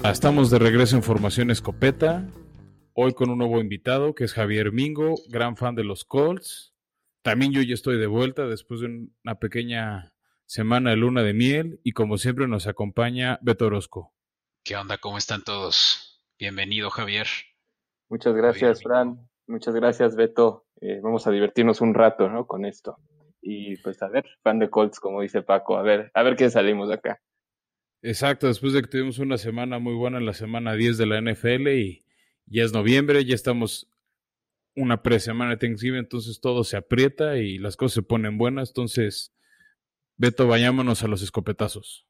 Estamos de regreso en Formación Escopeta, hoy con un nuevo invitado que es Javier Mingo, gran fan de los Colts. También yo ya estoy de vuelta después de una pequeña semana de luna de miel y como siempre nos acompaña Beto Orozco. ¿Qué onda? ¿Cómo están todos? Bienvenido, Javier. Muchas Javier gracias, Mingo. Fran. Muchas gracias, Beto. Vamos a divertirnos un rato, ¿no? Con esto. Y pues a ver, fan de Colts, como dice Paco, a ver qué salimos de acá. Exacto, después de que tuvimos una semana muy buena en la semana 10 de la NFL y ya es noviembre, ya estamos una presemana de Thanksgiving, entonces todo se aprieta y las cosas se ponen buenas. Entonces, Beto, vayámonos a los escopetazos.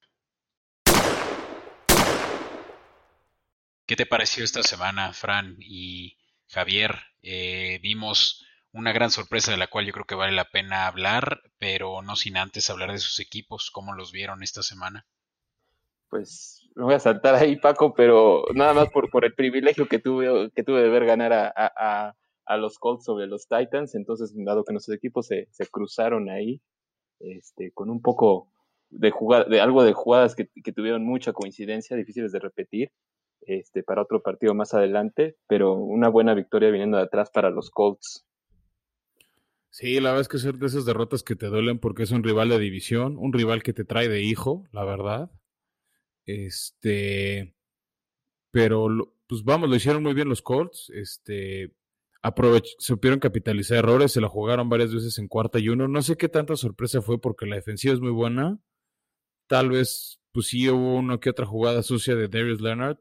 ¿Qué te pareció esta semana, Fran y Javier? Vimos una gran sorpresa de la cual yo creo que vale la pena hablar, pero no sin antes hablar de sus equipos, cómo los vieron esta semana. Pues me voy a saltar ahí, Paco, pero nada más por el privilegio que tuve de ver ganar a los Colts sobre los Titans. Entonces, dado que nuestros equipos se cruzaron ahí, con un poco de algo de jugadas que tuvieron mucha coincidencia, difíciles de repetir, para otro partido más adelante, pero una buena victoria viniendo de atrás para los Colts. Sí, la verdad es que son de esas derrotas que te duelen porque es un rival de división, un rival que te trae de hijo, la verdad. Este, pero pues vamos, lo hicieron muy bien los Colts. Supieron capitalizar errores, se la jugaron varias veces en 4th y 1. No sé qué tanta sorpresa fue porque la defensiva es muy buena. Tal vez, pues sí hubo una que otra jugada sucia de Darius Leonard,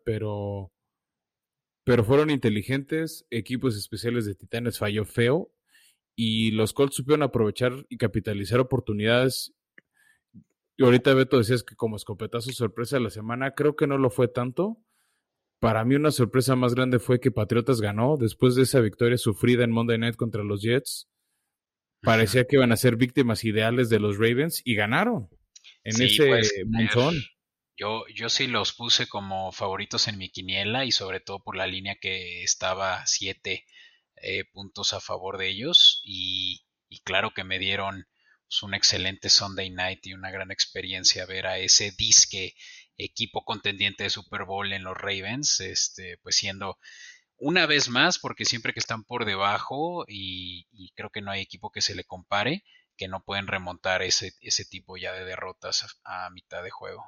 pero fueron inteligentes. Equipos especiales de Titanes falló feo y los Colts supieron aprovechar y capitalizar oportunidades. Y ahorita Beto decías que como escopetazo sorpresa de la semana, creo que no lo fue tanto. Para mí una sorpresa más grande fue que Patriotas ganó después de esa victoria sufrida en Monday Night contra los Jets. Ujú. Parecía que iban a ser víctimas ideales de los Ravens y ganaron en Sí, ese puedes creer. monzón. Yo sí los puse como favoritos en mi quiniela y sobre todo por la línea que estaba 7 puntos a favor de ellos y claro que me dieron pues, un excelente Sunday Night y una gran experiencia ver a ese disque equipo contendiente de Super Bowl en los Ravens, pues siendo una vez más, porque siempre que están por debajo y creo que no hay equipo que se le compare, que no pueden remontar ese tipo ya de derrotas a mitad de juego.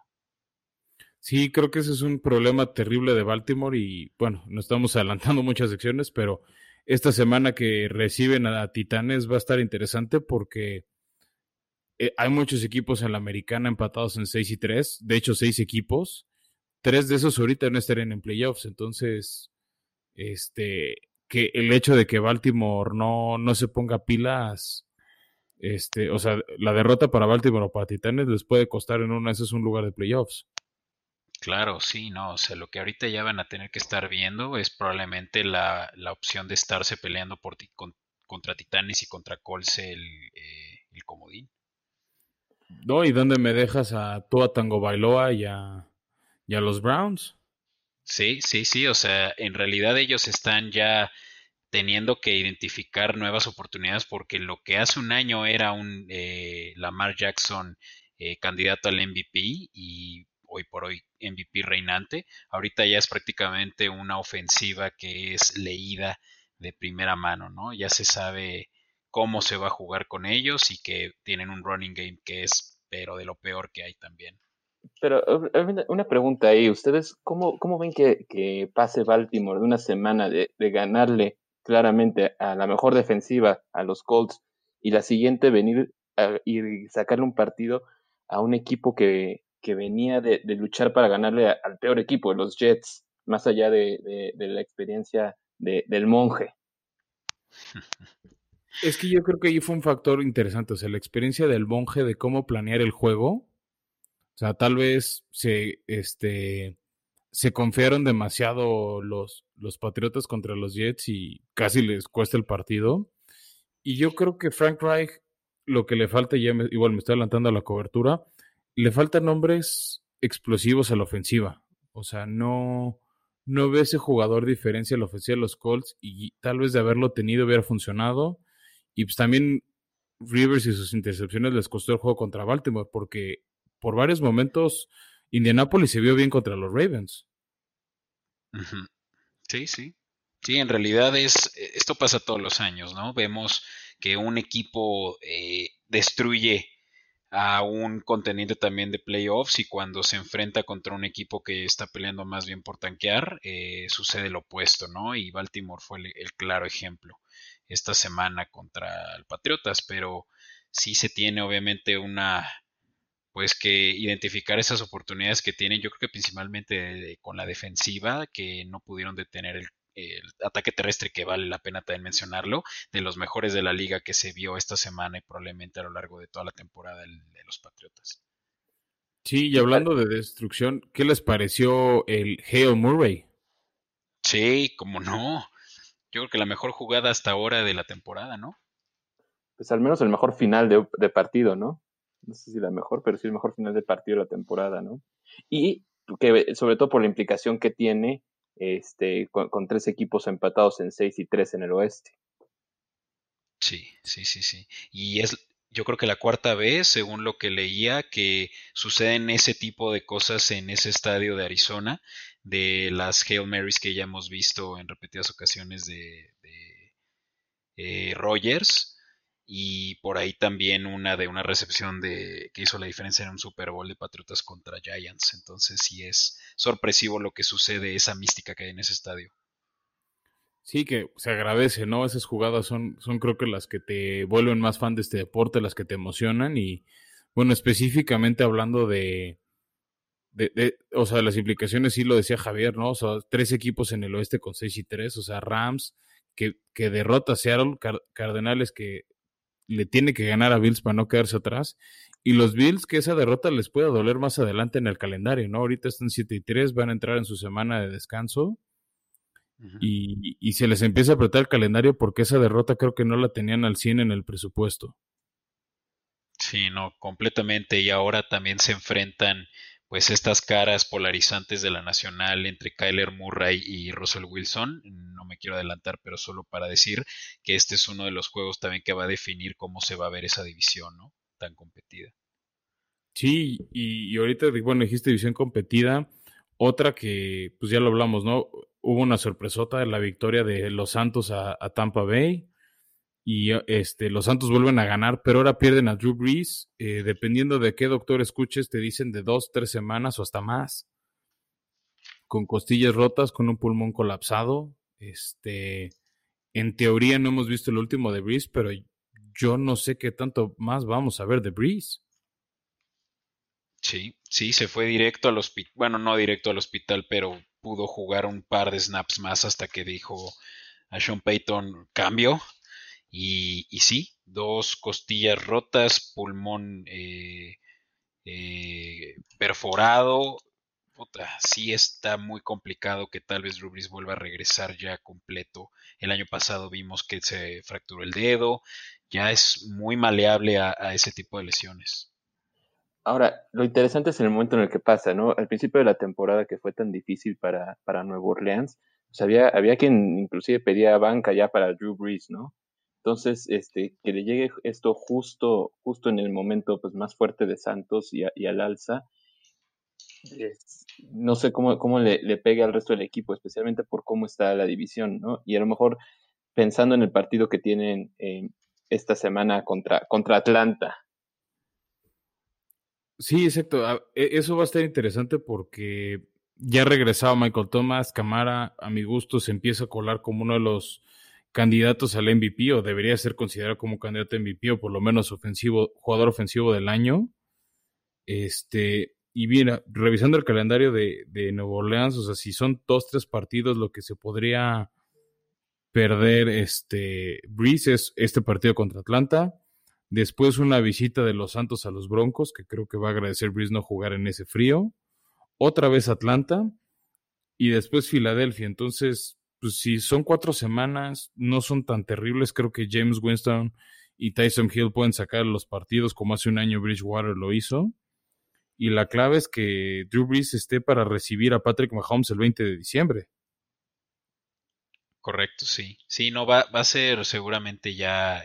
Sí, creo que ese es un problema terrible de Baltimore y bueno, no estamos adelantando muchas secciones, pero esta semana que reciben a Titanes va a estar interesante porque hay muchos equipos en la americana empatados en 6-3, de hecho 6 equipos, 3 de esos ahorita no estarían en playoffs, entonces este que el hecho de que Baltimore no se ponga pilas, o sea, la derrota para Baltimore o para Titanes les puede costar en una de esas un lugar de playoffs. Claro, sí, no, o sea, lo que ahorita ya van a tener que estar viendo es probablemente la opción de estarse peleando contra Titanes y contra Colts el comodín. ¿No? ¿Y dónde me dejas a Tua Tango Bailoa y a los Browns? Sí, sí, sí, o sea, en realidad ellos están ya teniendo que identificar nuevas oportunidades porque lo que hace un año era un Lamar Jackson candidato al MVP y hoy por hoy MVP reinante, ahorita ya es prácticamente una ofensiva que es leída de primera mano, ¿no? Ya se sabe cómo se va a jugar con ellos y que tienen un running game que es pero de lo peor que hay también. Pero una pregunta ahí, ¿ustedes cómo ven que pase Baltimore de una semana de ganarle claramente a la mejor defensiva, a los Colts, y la siguiente venir y sacarle un partido a un equipo que venía de luchar para ganarle al peor equipo, los Jets, más allá de la experiencia del monje? Es que yo creo que ahí fue un factor interesante, o sea, la experiencia del monje de cómo planear el juego. O sea, tal vez se confiaron demasiado los Patriotas contra los Jets y casi les cuesta el partido. Y yo creo que Frank Reich, lo que le falta, igual me estoy adelantando a la cobertura, le faltan nombres explosivos a la ofensiva. O sea, no ve ese jugador diferencia a la ofensiva de los Colts y tal vez de haberlo tenido hubiera funcionado. Y pues también Rivers y sus intercepciones les costó el juego contra Baltimore porque por varios momentos Indianapolis se vio bien contra los Ravens. Ujú. Sí, sí. Sí, en realidad esto pasa todos los años, ¿no? Vemos que un equipo destruye a un contendiente también de playoffs y cuando se enfrenta contra un equipo que está peleando más bien por tanquear, sucede lo opuesto, ¿no? Y Baltimore fue el claro ejemplo esta semana contra el Patriotas, pero sí se tiene obviamente pues que identificar esas oportunidades que tienen, yo creo que principalmente con la defensiva, que no pudieron detener el ataque terrestre, que vale la pena también mencionarlo, de los mejores de la liga que se vio esta semana y probablemente a lo largo de toda la temporada de los Patriotas. Sí, y Sí, hablando de destrucción, ¿qué les pareció el Hail Murray? Sí, como no. Yo creo que la mejor jugada hasta ahora de la temporada, ¿no? pues al menos el mejor final de partido, ¿no? No sé si la mejor, pero sí el mejor final de partido de la temporada, ¿no? Y que sobre todo por la implicación que tiene con tres equipos empatados en 6-3 en el oeste. Sí, sí, sí, sí. Y yo creo que la cuarta vez, según lo que leía, que suceden ese tipo de cosas en ese estadio de Arizona, de las Hail Marys que ya hemos visto en repetidas ocasiones de Rogers, y por ahí también una de una recepción que hizo la diferencia en un Super Bowl de Patriotas contra Giants. Entonces sí es sorpresivo lo que sucede, esa mística que hay en ese estadio. Sí, que se agradece, ¿no? Esas jugadas son creo que las que te vuelven más fan de este deporte, las que te emocionan y, bueno, específicamente hablando o sea, las implicaciones, sí lo decía Javier, ¿no? O sea, tres equipos en el oeste con 6-3, o sea, Rams, que derrota a Seattle, Cardenales que le tiene que ganar a Bills para no quedarse atrás, y los Bills que esa derrota les puede doler más adelante en el calendario, ¿no? Ahorita están 7-3, van a entrar en su semana de descanso, Ujú. y se les empieza a apretar el calendario porque esa derrota creo que no la tenían al 100 en el presupuesto. Sí, no, completamente. Y ahora también se enfrentan pues estas caras polarizantes de la nacional entre Kyler Murray y Russell Wilson. No me quiero adelantar, pero solo para decir que este es uno de los juegos también que va a definir cómo se va a ver esa división, ¿no? Tan competida. Sí, y ahorita, bueno, dijiste división competida, otra que, pues ya lo hablamos, ¿no? Hubo una sorpresota de la victoria de los Santos a Tampa Bay, y los Santos vuelven a ganar, pero ahora pierden a Drew Brees, dependiendo de qué doctor escuches, te dicen de 2, 3 semanas o hasta más, con costillas rotas, con un pulmón colapsado, en teoría no hemos visto el último de Brees, pero yo no sé qué tanto más vamos a ver de Brees. Sí, sí, se fue directo al hospital, bueno, no directo al hospital, pero pudo jugar un par de snaps más hasta que dijo a Sean Payton cambio. Y sí, dos costillas rotas, pulmón perforado. Puta, sí está muy complicado que tal vez Rubris vuelva a regresar ya completo. El año pasado vimos que se fracturó el dedo. Ya es muy maleable a ese tipo de lesiones. Ahora, lo interesante es en el momento en el que pasa, ¿no? Al principio de la temporada que fue tan difícil para Nueva Orleans, pues había quien inclusive pedía banca ya para Drew Brees, ¿no? Entonces, que le llegue esto justo en el momento pues, más fuerte de Santos y al alza, no sé cómo le pegue al resto del equipo, especialmente por cómo está la división, ¿no? Y a lo mejor pensando en el partido que tienen esta semana contra Atlanta. Sí, exacto. Eso va a estar interesante porque ya regresaba Michael Thomas, Camara, a mi gusto, se empieza a colar como uno de los candidatos al MVP o debería ser considerado como candidato a MVP o por lo menos jugador ofensivo del año. Y mira, revisando el calendario de Nueva Orleans, o sea, si son 2, 3 partidos, lo que se podría perder Breeze es este partido contra Atlanta. Después una visita de los Santos a los Broncos, que creo que va a agradecer Breeze no jugar en ese frío. Otra vez Atlanta y después Filadelfia. Entonces, pues si son 4 semanas, no son tan terribles. Creo que James Winston y Tyson Hill pueden sacar los partidos como hace un año Bridgewater lo hizo. Y la clave es que Drew Brees esté para recibir a Patrick Mahomes el 20 de diciembre. Correcto, sí. Sí, no, va a ser seguramente ya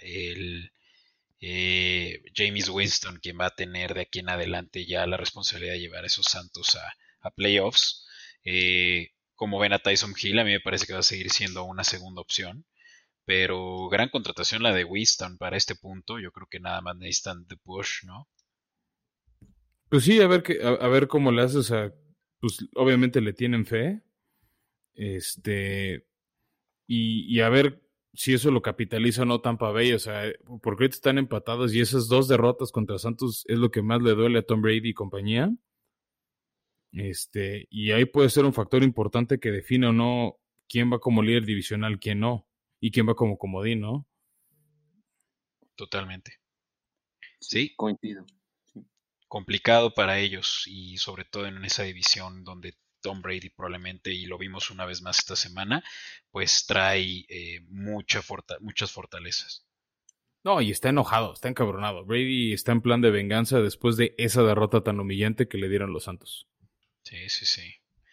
James Winston quien va a tener de aquí en adelante ya la responsabilidad de llevar a esos Santos a playoffs. como ven a Tyson Hill, a mí me parece que va a seguir siendo una segunda opción. Pero gran contratación la de Winston para este punto. Yo creo que nada más necesitan The Push, ¿no? Pues sí, a ver cómo le haces pues obviamente le tienen fe. Y a ver si eso lo capitaliza o no Tampa Bay, o sea, porque ahorita están empatados y esas 2 derrotas contra Santos es lo que más le duele a Tom Brady y compañía. Y ahí puede ser un factor importante que define o no quién va como líder divisional, quién no, y quién va como comodín, ¿no? Totalmente. Sí, Sí, coincido. complicado para ellos y sobre todo en esa división donde Tom Brady probablemente, y lo vimos una vez más esta semana, pues trae muchas fortalezas. No, y está enojado, está encabronado. Brady está en plan de venganza después de esa derrota tan humillante que le dieron los Santos. Sí, sí, sí.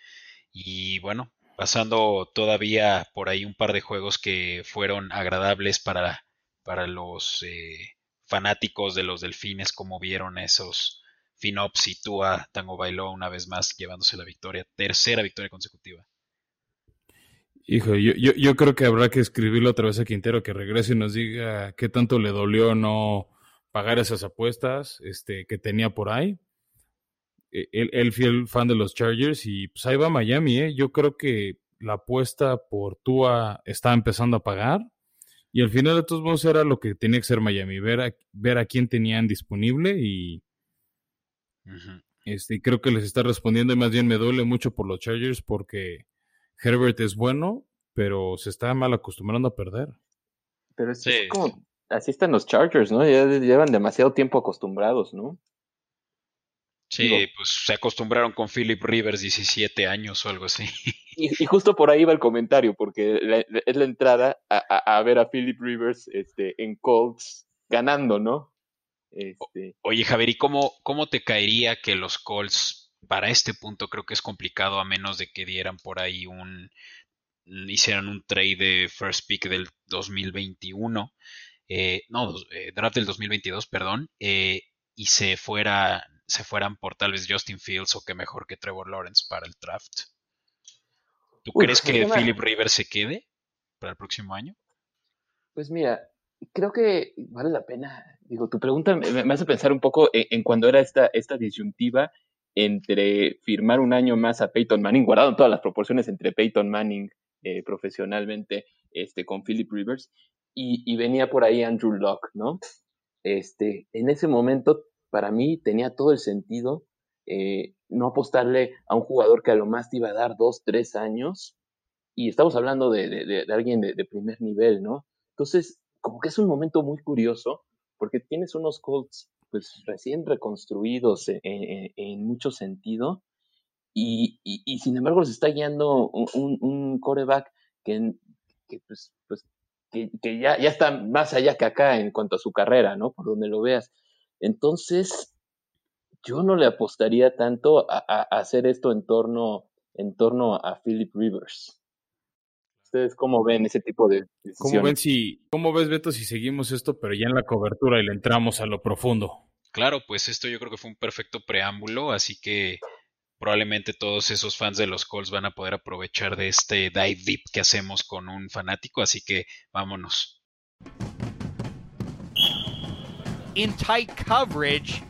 Y bueno, pasando todavía por ahí un par de juegos que fueron agradables para los fanáticos de los Delfines, como vieron esos Finops y Tua Tango Bailó una vez más llevándose la victoria, tercera victoria consecutiva. Hijo, yo creo que habrá que escribirle otra vez a Quintero que regrese y nos diga qué tanto le dolió no pagar esas apuestas que tenía por ahí. Él fiel fan de los Chargers y pues ahí va Miami, ¿eh? Yo creo que la apuesta por Tua está empezando a pagar y al final de todos modos era lo que tenía que ser Miami, ver a quién tenían disponible y Ujú. creo que les está respondiendo y más bien me duele mucho por los Chargers porque Herbert es bueno, pero se está mal acostumbrando a perder. Pero Sí, es como, así están los Chargers, ¿no? Ya llevan demasiado tiempo acostumbrados, ¿no? sí, Digo, pues se acostumbraron con Philip Rivers 17 años o algo así. y justo por ahí va el comentario, porque es la entrada a ver a Philip Rivers en Colts ganando, ¿no? Oye, Javier, ¿y cómo te caería que los Colts para este punto creo que es complicado a menos de que dieran por ahí hicieran un trade de first pick del 2021, no, draft del 2022, perdón, y se fueran por tal vez Justin Fields o que mejor que Trevor Lawrence para el draft? ¿Tú crees El que tema, Philip Rivers se quede para el próximo año? pues mira, creo que vale la pena. Digo, tu pregunta me hace pensar un poco en cuando era esta disyuntiva entre firmar un año más a Peyton Manning, guardado en todas las proporciones entre Peyton Manning profesionalmente con Philip Rivers, y venía por ahí Andrew Luck, ¿no? En ese momento, para mí, tenía todo el sentido no apostarle a un jugador que a lo más te iba a dar 2, 3 años, y estamos hablando de alguien de primer nivel, ¿no? Entonces, como que es un momento muy curioso, porque tienes unos Colts pues recién reconstruidos en mucho sentido, y sin embargo les está guiando un quarterback que, que ya está más allá que acá en cuanto a su carrera, ¿no? Por donde lo veas. Entonces, yo no le apostaría tanto a hacer esto en torno a Philip Rivers. ¿Ustedes cómo ven ese tipo de decisiones? ¿Cómo ves, Beto, si seguimos esto, pero ya en la cobertura y le entramos a lo profundo? Claro, pues esto yo creo que fue un perfecto preámbulo, así que probablemente todos esos fans de los Colts van a poder aprovechar de este dive deep que hacemos con un fanático, así que vámonos. In tight coverage.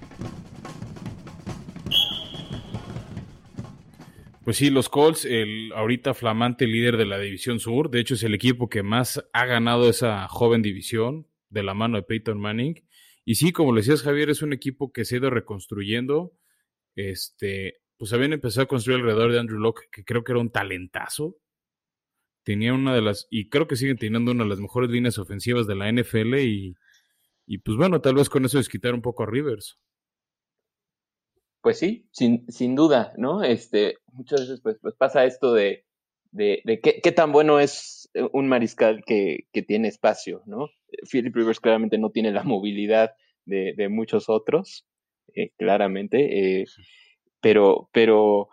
Pues sí, los Colts, el ahorita flamante líder de la División Sur, de hecho es el equipo que más ha ganado esa joven división de la mano de Peyton Manning. Y sí, como le decías Javier, es un equipo que se ha ido reconstruyendo. Pues habían empezado a construir alrededor de Andrew Luck, que creo que era un talentazo. Tenía una de las, y creo que siguen teniendo una de las mejores líneas ofensivas de la NFL y pues bueno, tal vez con eso desquitar un poco a Rivers. Pues sí, sin duda, ¿no? Muchas veces pues pasa esto de qué tan bueno es un mariscal que tiene espacio, ¿no? Philip Rivers claramente no tiene la movilidad de muchos otros, claramente, pero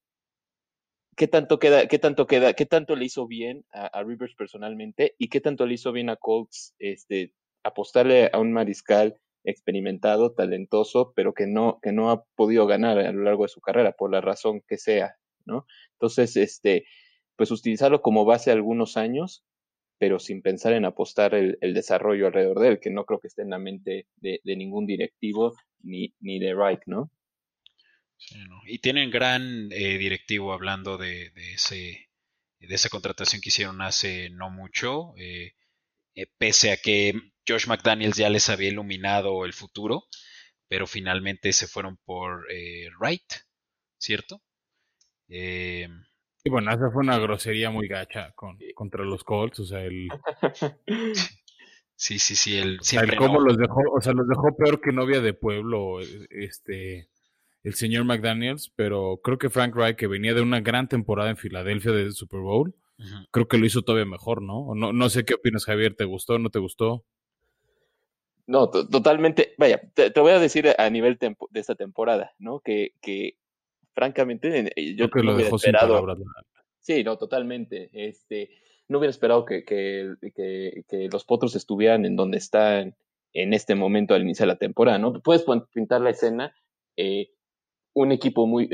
qué tanto le hizo bien a Rivers personalmente y qué tanto le hizo bien a Colts apostarle a un mariscal experimentado, talentoso, pero que no ha podido ganar a lo largo de su carrera, por la razón que sea, ¿no? Entonces, pues utilizarlo como base algunos años, pero sin pensar en apostar el desarrollo alrededor de él, que no creo que esté en la mente de ningún directivo ni de Reich, ¿no? Sí, ¿no? Y tienen gran directivo hablando de esa contratación que hicieron hace no mucho, pese a que Josh McDaniels ya les había iluminado el futuro, pero finalmente se fueron por Wright, ¿cierto? Eh, Y bueno, esa fue una grosería muy gacha contra los Colts, o sea, sí, él el siempre cómo no. los dejó, o sea, los dejó peor que novia de pueblo, el señor McDaniels, pero creo que Frank Reich, que venía de una gran temporada en Filadelfia de Super Bowl, Uh-huh. creo que lo hizo todavía mejor, ¿no? No sé qué opinas, Javier, ¿te gustó, no te gustó? No, totalmente. Vaya, te voy a decir a nivel de esta temporada, ¿no? Que francamente yo Creo que no lo hubiera dejó sin esperado. palabras. Sí, no, totalmente. No hubiera esperado que los Potros estuvieran en donde están en este momento al iniciar la temporada, ¿no? Puedes pintar la escena, un equipo muy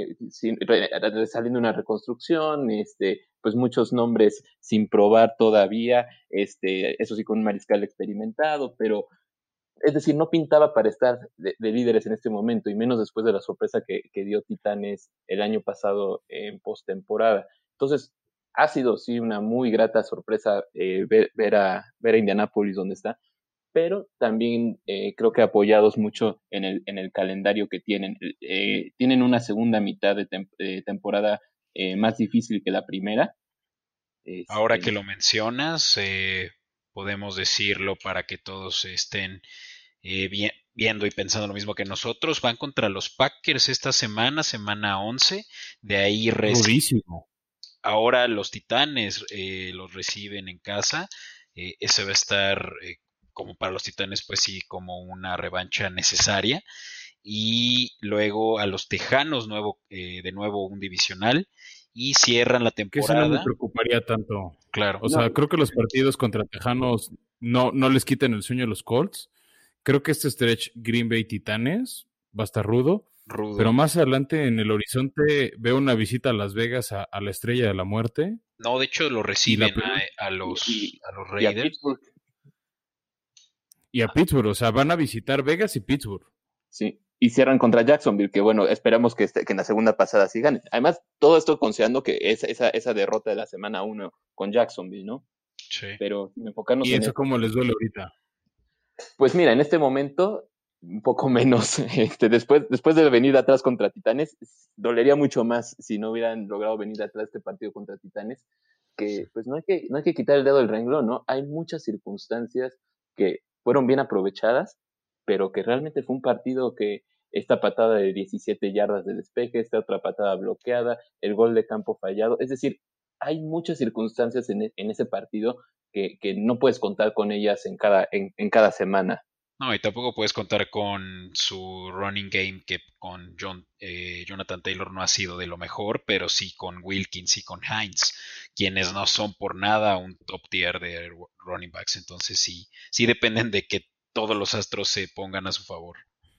saliendo de una reconstrucción, pues muchos nombres sin probar todavía, eso sí con un mariscal experimentado, pero es decir, no pintaba para estar de líderes en este momento, y menos después de la sorpresa que dio Titanes el año pasado en postemporada. Entonces, ha sido sí una muy grata sorpresa ver a Indianapolis donde está, pero también creo que apoyados mucho en el calendario que tienen. Tienen una segunda mitad de temporada más difícil que la primera. Ahora que No. lo mencionas, podemos decirlo para que todos estén viendo y pensando lo mismo que nosotros. Van contra los Packers esta semana 11. De ahí Rudísimo. ahora los Titanes los reciben en casa. Ese va a estar, como para los Titanes, pues sí, como una revancha necesaria. Y luego a los Tejanos, de nuevo un divisional. Y cierran la Que ese no me temporada. preocuparía tanto. Claro, O sea, creo que los partidos contra Tejanos no les quiten el sueño a los Colts. Creo que este stretch Green Bay Titanes va a estar rudo. rudo. Pero más adelante en el horizonte veo una visita a Las Vegas a la Estrella de la Muerte. No, de hecho lo Y reciben a y, los y a Raiders. Pittsburgh. y a Pittsburgh. O sea, van a visitar Vegas y Pittsburgh. Sí, y cierran contra Jacksonville, que bueno, esperamos que en la segunda pasada sí ganen. Además, todo esto considerando que esa derrota de la semana 1 con Jacksonville, ¿no? Sí. Pero enfocarnos ¿Y en eso esto. cómo les duele ahorita? Pues mira, en este momento, un poco menos. Después de venir atrás contra Titanes, dolería mucho más si no hubieran logrado venir atrás este partido contra Titanes, que pues no hay que quitar el dedo del renglón, ¿no? Hay muchas circunstancias que fueron bien aprovechadas, pero que realmente fue un partido que esta patada de 17 yardas de despeje, esta otra patada bloqueada, el gol de campo fallado, es decir, hay muchas circunstancias en ese partido que no puedes contar con ellas en cada semana. No, y tampoco puedes contar con su running game, que con Jonathan Taylor no ha sido de lo mejor, pero sí con Wilkins y con Hines, quienes no son por nada un top tier de running backs. Entonces sí dependen de que todos los astros se pongan a su favor.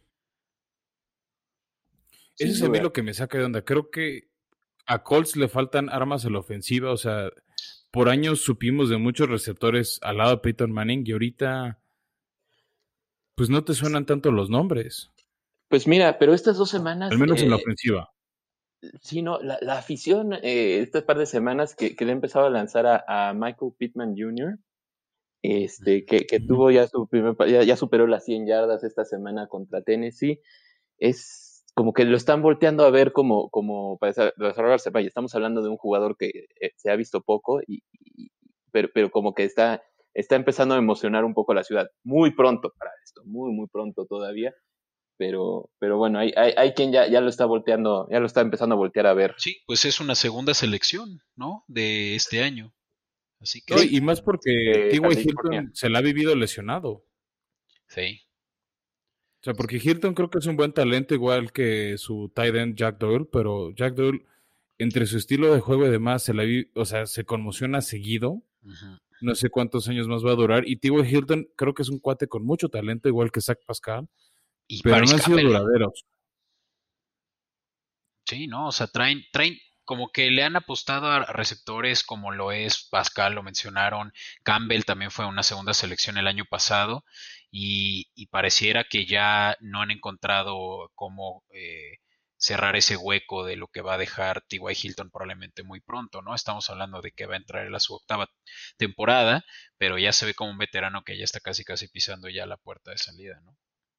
Eso Sin es a mí duda. lo que me saca de onda. Creo que a Colts le faltan armas a la ofensiva. O sea, por años supimos de muchos receptores al lado de Peyton Manning y ahorita pues no te suenan tanto los nombres. Pues mira, pero estas 2 semanas, Al menos en la ofensiva. sí, no, la afición, estas par de semanas que le ha empezado a lanzar a Michael Pittman Jr., que tuvo ya su ya superó las 100 yardas esta semana contra Tennessee, es como que lo están volteando a ver como para desarrollarse. Vaya, estamos hablando de un jugador que se ha visto poco, pero como que está empezando a emocionar un poco a la ciudad. Muy pronto para esto, muy pronto todavía. Pero bueno, hay quien ya lo está volteando, ya lo está empezando a voltear a ver. Sí, pues es una segunda selección, ¿no? De este año. Así que No, sí. y más porque T.Y. California. Hilton se la ha vivido lesionado. Sí. O sea, porque Hilton creo que es un buen talento, igual que su tight end Jack Doyle, pero Jack Doyle, entre su estilo de juego y demás, se conmociona seguido. Uh-huh. No sé cuántos años más va a durar. Y T.Y. Hilton creo que es un cuate con mucho talento, igual que Zach Pascal, Y pero Paris no han sido Campbell. duraderos. Sí, ¿no? O sea, traen como que le han apostado a receptores como lo es Pascal, lo mencionaron, Campbell también fue una segunda selección el año pasado y pareciera que ya no han encontrado cómo cerrar ese hueco de lo que va a dejar T.Y. Hilton probablemente muy pronto, ¿no? Estamos hablando de que va a entrar en su octava temporada, pero ya se ve como un veterano que ya está casi pisando ya la puerta de salida, ¿no?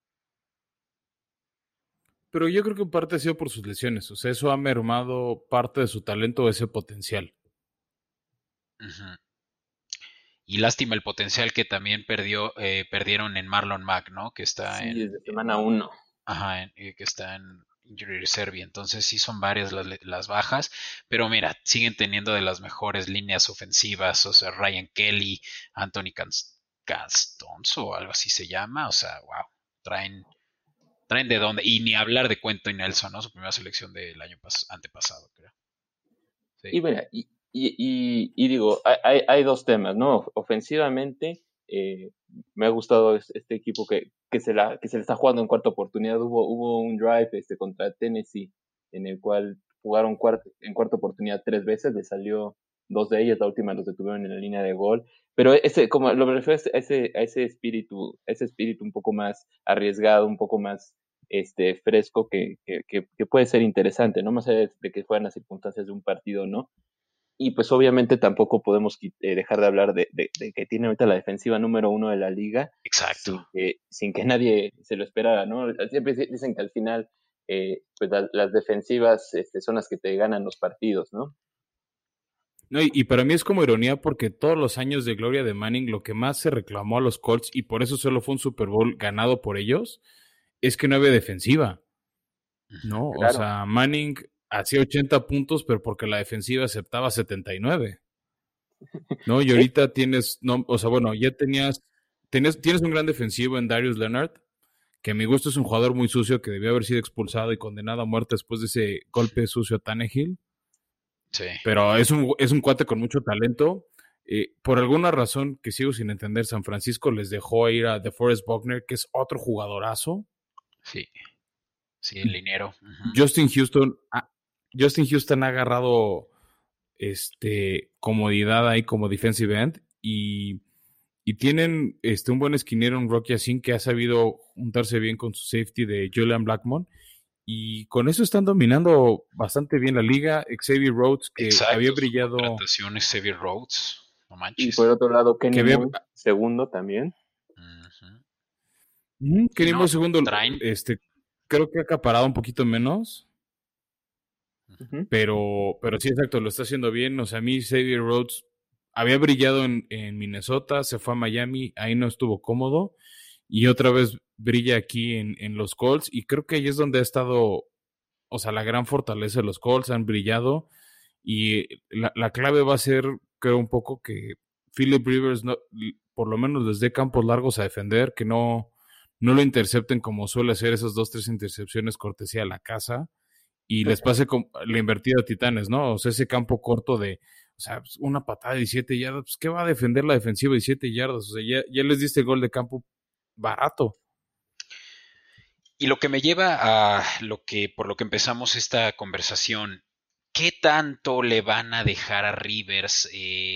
Pero yo creo que en parte ha sido por sus lesiones. O sea, eso ha mermado parte de su talento o ese potencial. Uh-huh. Y lástima el potencial que también perdieron en Marlon Mack, ¿no? Que está sí, desde semana 1. Ajá, que está en Injury Reserve. Entonces sí son varias las bajas. Pero mira, siguen teniendo de las mejores líneas ofensivas. O sea, Ryan Kelly, Anthony Castonzo o algo así se llama. O sea, wow. Traen de dónde. Y ni hablar de Quentin Nelson, ¿no? Su primera selección del año antepasado, creo. Sí. Y mira, y digo, hay dos temas, ¿no? Ofensivamente, me ha gustado este equipo que se le está jugando en cuarta oportunidad. Hubo un drive contra Tennessee en el cual jugaron en cuarta oportunidad 3 veces, le salió 2 de ellas, la última los detuvieron en la línea de gol. Pero como lo refiero a ese espíritu un poco más arriesgado, un poco más fresco que puede ser interesante, ¿no? Más allá de que fueran las circunstancias de un partido, ¿no? Y pues obviamente tampoco podemos dejar de hablar de que tiene ahorita la defensiva número 1 de la liga. Exacto. Sin que nadie se lo esperara, ¿no? Siempre dicen que al final pues las defensivas son las que te ganan los partidos, ¿no? No, y para mí es como ironía porque todos los años de gloria de Manning, lo que más se reclamó a los Colts, y por eso solo fue un Super Bowl ganado por ellos, es que no había defensiva, ¿no? Claro. O sea, Manning hacía 80 puntos, pero porque la defensiva aceptaba 79, ¿no? Y ahorita tienes, no, o sea, bueno, ya tienes un gran defensivo en Darius Leonard, que a mi gusto es un jugador muy sucio que debió haber sido expulsado y condenado a muerte después de ese golpe sucio a Tannehill. Sí. Pero es un cuate con mucho talento. Por alguna razón que sigo sin entender, San Francisco les dejó ir a DeForest Buckner, que es otro jugadorazo. Sí, el dinero. Uh-huh. Justin Houston ha agarrado comodidad ahí como defensive end y tienen un buen esquinero, un Rocky Yacine, que ha sabido juntarse bien con su safety de Julian Blackmon. Y con eso están dominando bastante bien la liga. Xavier Rhodes, que había brillado. Xavier Rhodes, no manches. Y por otro lado, Kenny Moore, segundo también. Kenny Moore, segundo. Creo que ha acaparado un poquito menos. Uh-huh. Pero sí, exacto, lo está haciendo bien. O sea, a mí Xavier Rhodes había brillado en Minnesota, se fue a Miami, ahí no estuvo cómodo. Y otra vez brilla aquí en los Colts, y creo que ahí es donde ha estado, o sea, la gran fortaleza de los Colts, han brillado, y la clave va a ser, creo, un poco que Philip Rivers por lo menos les dé campos largos a defender, que no lo intercepten como suele hacer esas 2-3 intercepciones cortesía a la casa, y les pase con la invertida a Titanes, ¿no? O sea, ese campo corto de, o sea, una patada de 17 yardas, pues ¿qué va a defender la defensiva de 7 yardas? O sea, ya les diste el gol de campo barato. Y lo que me lleva a por lo que empezamos esta conversación, ¿qué tanto le van a dejar a Rivers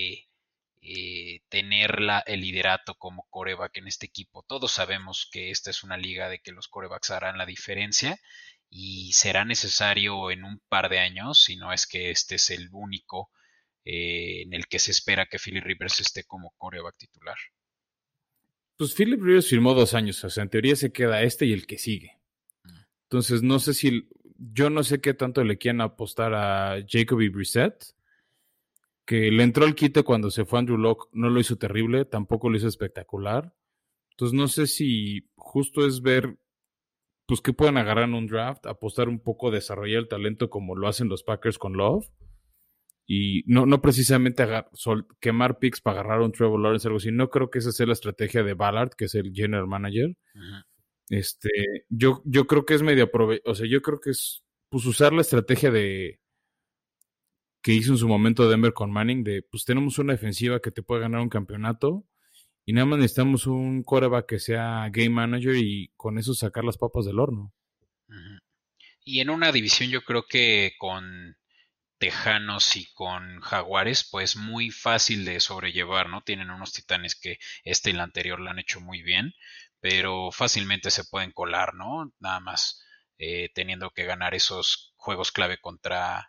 tener el liderato como quarterback en este equipo? Todos sabemos que esta es una liga de que los quarterbacks harán la diferencia y será necesario en un par de años, si no es que este es el único en el que se espera que Philip Rivers esté como quarterback titular. Pues Philip Rivers firmó 2 años, o sea, en teoría se queda y el que sigue. Entonces, no sé yo no sé qué tanto le quieran apostar a Jacoby Brissett, que le entró al quite cuando se fue Andrew Luck, no lo hizo terrible, tampoco lo hizo espectacular. Entonces, no sé si justo es ver, pues, qué pueden agarrar en un draft, apostar un poco, desarrollar el talento como lo hacen los Packers con Love, y no precisamente quemar picks para agarrar un Trevor Lawrence o algo así. No creo que esa sea la estrategia de Ballard, que es el general manager. Uh-huh. Yo creo que es medio o sea, yo creo que es pues usar la estrategia que hizo en su momento Denver con Manning, de pues tenemos una defensiva que te puede ganar un campeonato y nada más necesitamos un quarterback que sea game manager y con eso sacar las papas del horno. Uh-huh. Y en una división yo creo que con Tejanos y con Jaguares, pues muy fácil de sobrellevar, ¿no? Tienen unos Titanes que y la anterior la han hecho muy bien, pero fácilmente se pueden colar, ¿no? Nada más teniendo que ganar esos juegos clave contra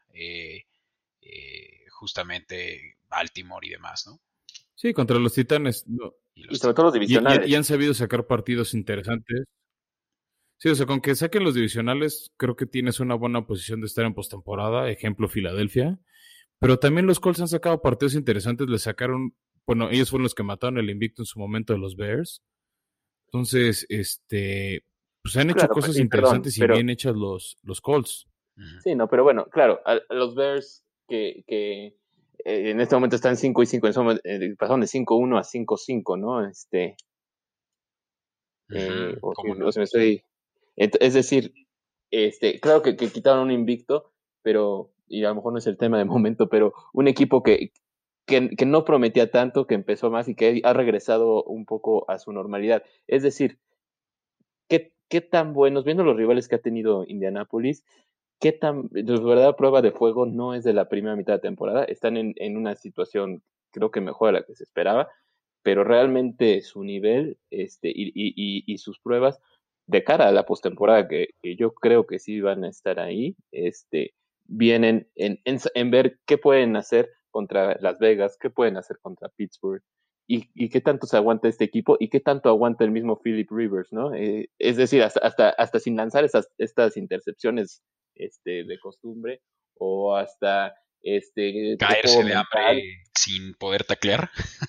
justamente Baltimore y demás, ¿no? Sí, contra los Titanes. No. Y sobre todo los divisionales. Y han sabido sacar partidos interesantes. Sí, o sea, con que saquen los divisionales, creo que tienes una buena posición de estar en postemporada. Ejemplo, Filadelfia. Pero también los Colts han sacado partidos interesantes. Le sacaron, bueno, ellos fueron los que mataron el invicto en su momento de los Bears. Entonces, pues han hecho cosas interesantes y bien hechas los Colts. Sí, no, pero bueno, claro, a los Bears que en este momento están 5-5, pasaron de 5-1 a 5-5, ¿no? O sea, me estoy... Es decir, claro que quitaron un invicto, pero, y a lo mejor no es el tema de momento, pero un equipo que no prometía tanto, que empezó más y que ha regresado un poco a su normalidad. Es decir, ¿qué tan buenos, viendo los rivales que ha tenido Indianapolis, de verdad, prueba de fuego no es de la primera mitad de temporada? Están en una situación, creo que mejor de la que se esperaba, pero realmente su nivel y sus pruebas de cara a la postemporada, que yo creo que sí van a estar ahí, vienen en ver qué pueden hacer contra Las Vegas, qué pueden hacer contra Pittsburgh, y qué tanto se aguanta este equipo y qué tanto aguanta el mismo Philip Rivers, ¿no? Es decir, hasta sin lanzar estas intercepciones de costumbre, o hasta caerse de hambre sin poder taclear.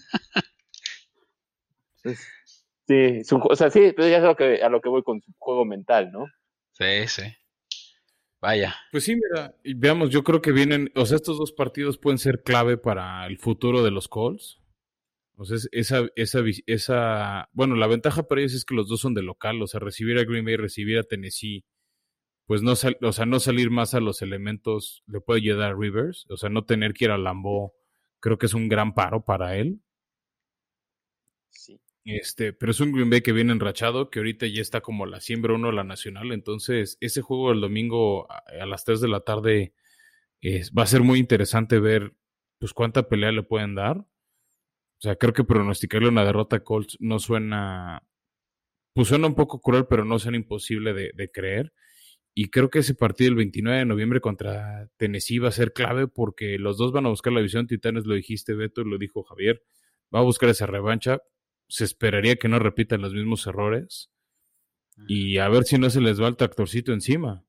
Sí, o sea, sí, pero ya es a lo que voy con su juego mental, ¿no? Sí, sí. Vaya. Pues sí, mira, veamos, yo creo que vienen, o sea, estos dos partidos pueden ser clave para el futuro de los Colts. O sea, bueno, la ventaja para ellos es que los dos son de local, o sea, recibir a Green Bay, recibir a Tennessee, pues no, no salir más a los elementos le puede ayudar a Rivers, o sea, no tener que ir a Lambeau, creo que es un gran paro para él. Sí. Pero es un Green Bay que viene enrachado, que ahorita ya está como la siembra 1 de la nacional, entonces ese juego del domingo a las 3 de la tarde va a ser muy interesante ver pues cuánta pelea le pueden dar. O sea, creo que pronosticarle una derrota a Colts no suena, pues suena un poco cruel, pero no suena imposible de creer. Y creo que ese partido el 29 de noviembre contra Tennessee va a ser clave porque los dos van a buscar la división. Titanes, lo dijiste, Beto, y lo dijo Javier, va a buscar esa revancha. Se esperaría que no repitan los mismos errores y a ver si no se les va el tractorcito encima.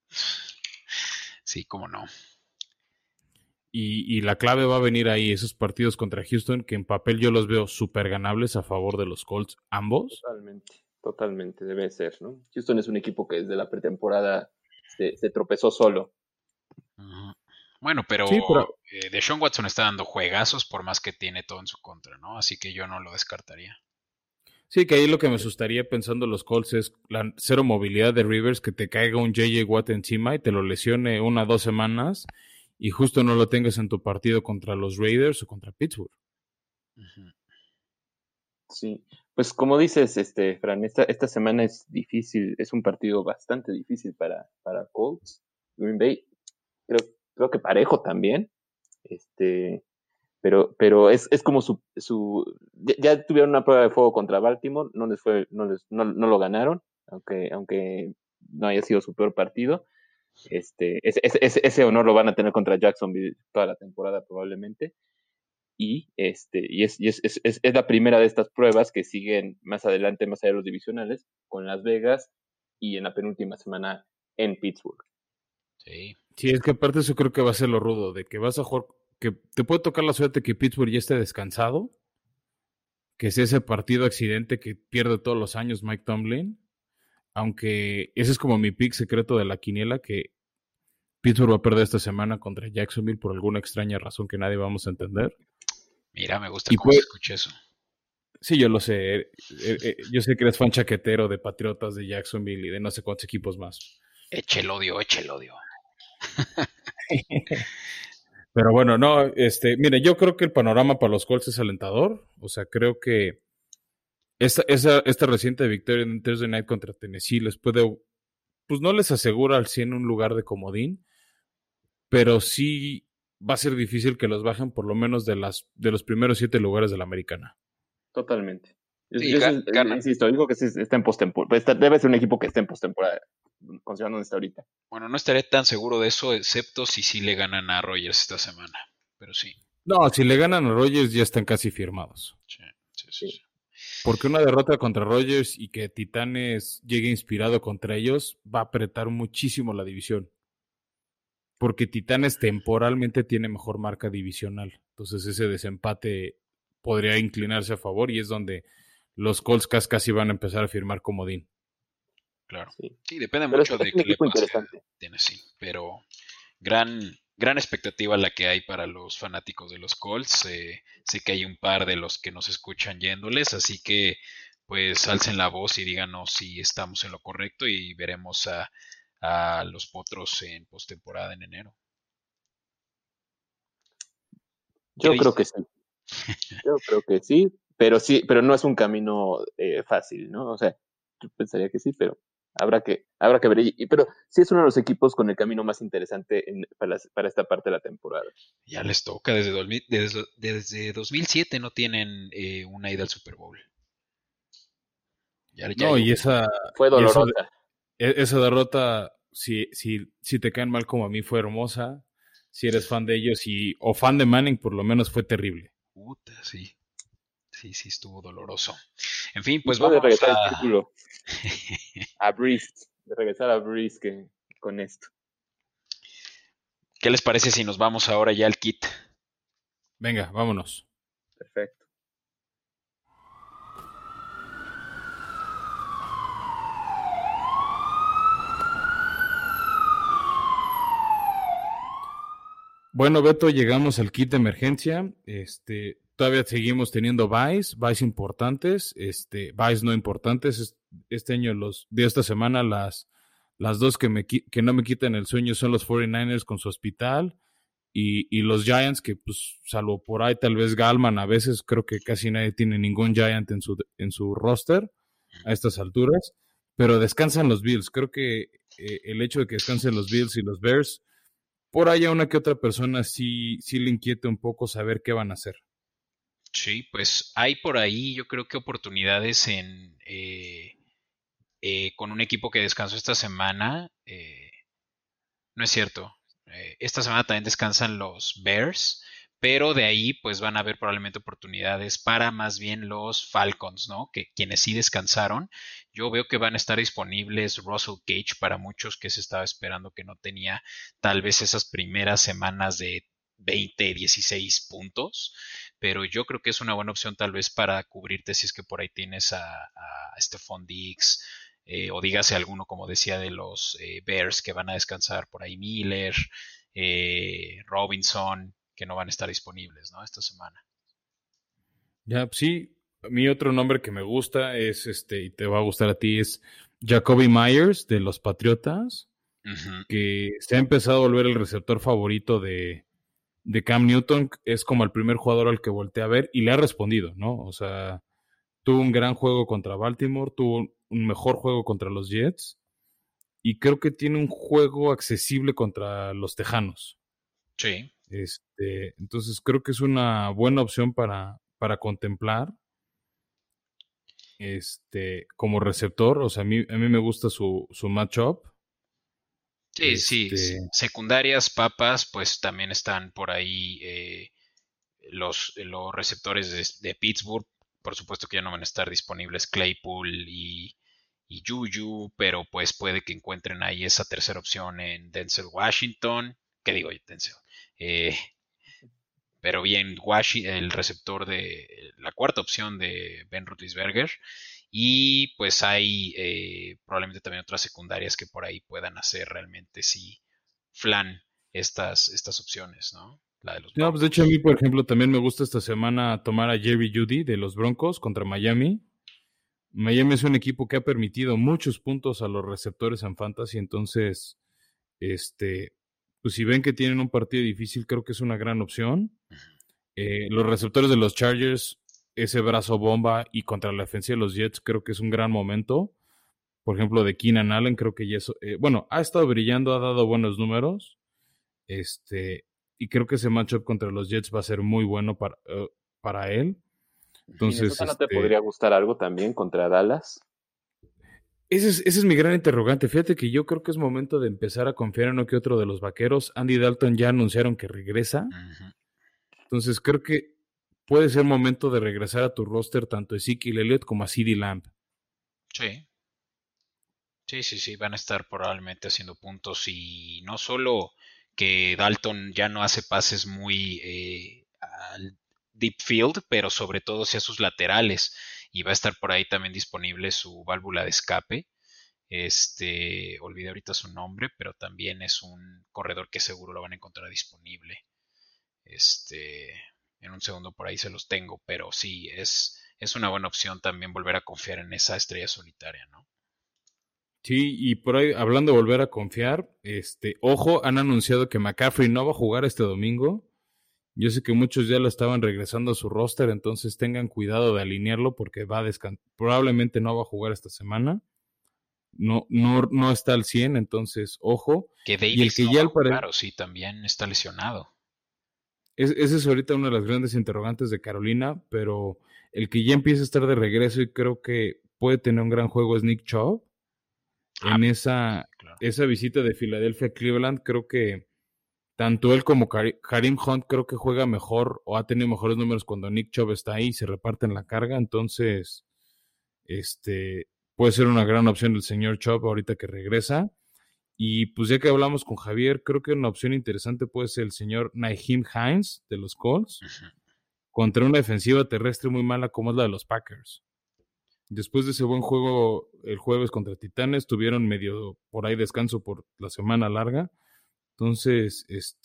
Sí, cómo no. Y la clave va a venir ahí, esos partidos contra Houston, que en papel yo los veo súper ganables a favor de los Colts, ambos. Totalmente, debe ser, ¿no? Houston es un equipo que desde la pretemporada se tropezó solo. Bueno, pero, sí, Deshaun Watson está dando juegazos por más que tiene todo en su contra, ¿no? Así que yo no lo descartaría. Sí, que ahí lo que me asustaría pensando los Colts es la cero movilidad de Rivers, que te caiga un J.J. Watt encima y te lo lesione 1 o 2 semanas y justo no lo tengas en tu partido contra los Raiders o contra Pittsburgh. Sí, pues como dices, Fran, esta semana es difícil, es un partido bastante difícil para Colts. Green Bay, creo que parejo también, pero es como ya tuvieron una prueba de fuego contra Baltimore, no lo ganaron, aunque no haya sido su peor partido. Ese honor lo van a tener contra Jacksonville toda la temporada probablemente. Y es la primera de estas pruebas que siguen más adelante, más allá de los divisionales, con Las Vegas y en la penúltima semana en Pittsburgh. Sí. Sí, es que aparte eso creo que va a ser lo rudo, de que vas a jugar, que te puede tocar la suerte que Pittsburgh ya esté descansado, que sea ese partido accidente que pierde todos los años Mike Tomlin, aunque ese es como mi pick secreto de la quiniela, que Pittsburgh va a perder esta semana contra Jacksonville por alguna extraña razón que nadie vamos a entender. Mira, me gusta cómo se escucha eso. Sí, yo lo sé. Yo sé que eres fan chaquetero de Patriotas, de Jacksonville y de no sé cuántos equipos más. Eche el odio. Pero bueno, no, mire, yo creo que el panorama para los Colts es alentador. O sea, creo que esta reciente victoria en Thursday Night contra Tennessee les puede, pues no les asegura al 100 un lugar de comodín, pero sí va a ser difícil que los bajen por lo menos de los primeros 7 lugares de la americana. Totalmente. Sí, Yo gana. insisto, digo que sí está en postemporada. Debe ser un equipo que esté en postemporada, considerando dónde está ahorita. Bueno, no estaré tan seguro de eso, excepto si sí le ganan a Rogers esta semana. Pero sí. No, si le ganan a Rodgers ya están casi firmados. Sí. Porque una derrota contra Rodgers y que Titanes llegue inspirado contra ellos va a apretar muchísimo la división. Porque Titanes temporalmente tiene mejor marca divisional. Entonces ese desempate podría inclinarse a favor y es donde los Colts casi van a empezar a firmar comodín. Claro. Sí, depende Pero mucho es de un qué le equipo pase interesante. a Tennessee. Pero gran expectativa la que hay para los fanáticos de los Colts. Sé que hay un par de los que nos escuchan yéndoles, así que pues alcen la voz y díganos si estamos en lo correcto y veremos a los Potros en postemporada en enero. Yo creo que sí. Yo creo que sí, pero no es un camino fácil, ¿no? O sea, yo pensaría que sí, pero habrá que ver. Pero sí es uno de los equipos con el camino más interesante para esta parte de la temporada. Ya les toca, desde 2007 no tienen una ida al Super Bowl. No, y esa fue dolorosa. Esa derrota, si te caen mal como a mí, fue hermosa. Si eres fan de ellos o fan de Manning, por lo menos fue terrible. Puta, sí. Sí, estuvo doloroso. En fin, pues vamos de regresar al círculo. A Breeze, de regresar a Breeze con esto. ¿Qué les parece si nos vamos ahora ya al kit? Venga, vámonos. Perfecto. Bueno, Beto, llegamos al kit de emergencia. Todavía seguimos teniendo buys importantes, buys no importantes. Este año, de esta semana, las dos que no me quitan el sueño son los 49ers con su hospital y los Giants, que pues salvo por ahí tal vez Gallman, a veces creo que casi nadie tiene ningún Giant en su roster a estas alturas, pero descansan los Bills. Creo que el hecho de que descansen los Bills y los Bears, por ahí a una que otra persona sí le inquieta un poco saber qué van a hacer. Sí, pues hay por ahí yo creo que oportunidades con un equipo que descansó esta semana. No es cierto. Esta semana también descansan los Bears, pero de ahí pues van a haber probablemente oportunidades para más bien los Falcons, ¿no? Que quienes sí descansaron. Yo veo que van a estar disponibles Russell Gage para muchos que se estaba esperando que no tenía tal vez esas primeras semanas de 20, 16 puntos, pero yo creo que es una buena opción tal vez para cubrirte si es que por ahí tienes a Stephon Diggs, o dígase alguno, como decía, de los Bears que van a descansar por ahí, Miller, Robinson, que no van a estar disponibles, ¿no? Esta semana. Ya, sí, mi otro nombre que me gusta es y te va a gustar a ti, es Jacoby Myers de los Patriotas, que se ha empezado a volver el receptor favorito de Cam Newton. Es como el primer jugador al que volteé a ver y le ha respondido, ¿no? O sea, tuvo un gran juego contra Baltimore, tuvo un mejor juego contra los Jets y creo que tiene un juego accesible contra los Tejanos. Sí. Entonces creo que es una buena opción para contemplar como receptor. O sea, a mí me gusta su matchup. Sí. Secundarias, papas, pues también están por ahí los receptores de Pittsburgh. Por supuesto que ya no van a estar disponibles Claypool y Juju, pero pues puede que encuentren ahí esa tercera opción en Denzel Washington. ¿Qué digo? Denzel. Pero bien, el receptor de la cuarta opción de Ben Roethlisberger. Y pues hay probablemente también otras secundarias que por ahí puedan hacer realmente si flan estas opciones, ¿no? La de los Broncos. Pues de hecho a mí, por ejemplo, también me gusta esta semana tomar a Jerry Jeudy de los Broncos contra Miami. Miami es un equipo que ha permitido muchos puntos a los receptores en fantasy, entonces, pues si ven que tienen un partido difícil, creo que es una gran opción. Los receptores de los Chargers, ese brazo bomba y contra la defensa de los Jets, creo que es un gran momento. Por ejemplo, de Keenan Allen, creo que ya ha estado brillando, ha dado buenos números. Y creo que ese matchup contra los Jets va a ser muy bueno para él. Entonces, ¿Minnesota no te podría gustar algo también contra Dallas? Ese es mi gran interrogante. Fíjate que yo creo que es momento de empezar a confiar en uno que otro de los vaqueros. Andy Dalton ya anunciaron que regresa. Ujú. Entonces creo que puede ser momento de regresar a tu roster tanto a Ezekiel Elliott como a CeeDee Lamb. Sí. Sí, van a estar probablemente haciendo puntos y no solo que Dalton ya no hace pases muy al deep field, pero sobre todo hacia sus laterales y va a estar por ahí también disponible su válvula de escape. Olvidé ahorita su nombre, pero también es un corredor que seguro lo van a encontrar disponible. En un segundo por ahí se los tengo, pero sí, es una buena opción también volver a confiar en esa estrella solitaria, ¿no? Sí, y por ahí, hablando de volver a confiar, ojo, han anunciado que McCaffrey no va a jugar este domingo. Yo sé que muchos ya lo estaban regresando a su roster, entonces tengan cuidado de alinearlo porque va a probablemente no va a jugar esta semana. No está al 100, entonces ojo. Que Y el Davis que no ya va a al parecer, jugar, o sí, también está lesionado. ese es ahorita una de las grandes interrogantes de Carolina, pero el que ya empieza a estar de regreso y creo que puede tener un gran juego es Nick Chubb. En Claro. esa visita de Filadelfia a Cleveland, creo que tanto él como Kareem Hunt creo que juega mejor o ha tenido mejores números cuando Nick Chubb está ahí y se reparten la carga. Entonces, puede ser una gran opción el señor Chubb ahorita que regresa. Y pues ya que hablamos con Javier, creo que una opción interesante puede ser el señor Nyheim Hines de los Colts contra una defensiva terrestre muy mala como es la de los Packers. Después de ese buen juego el jueves contra Titanes, tuvieron medio por ahí descanso por la semana larga. Entonces,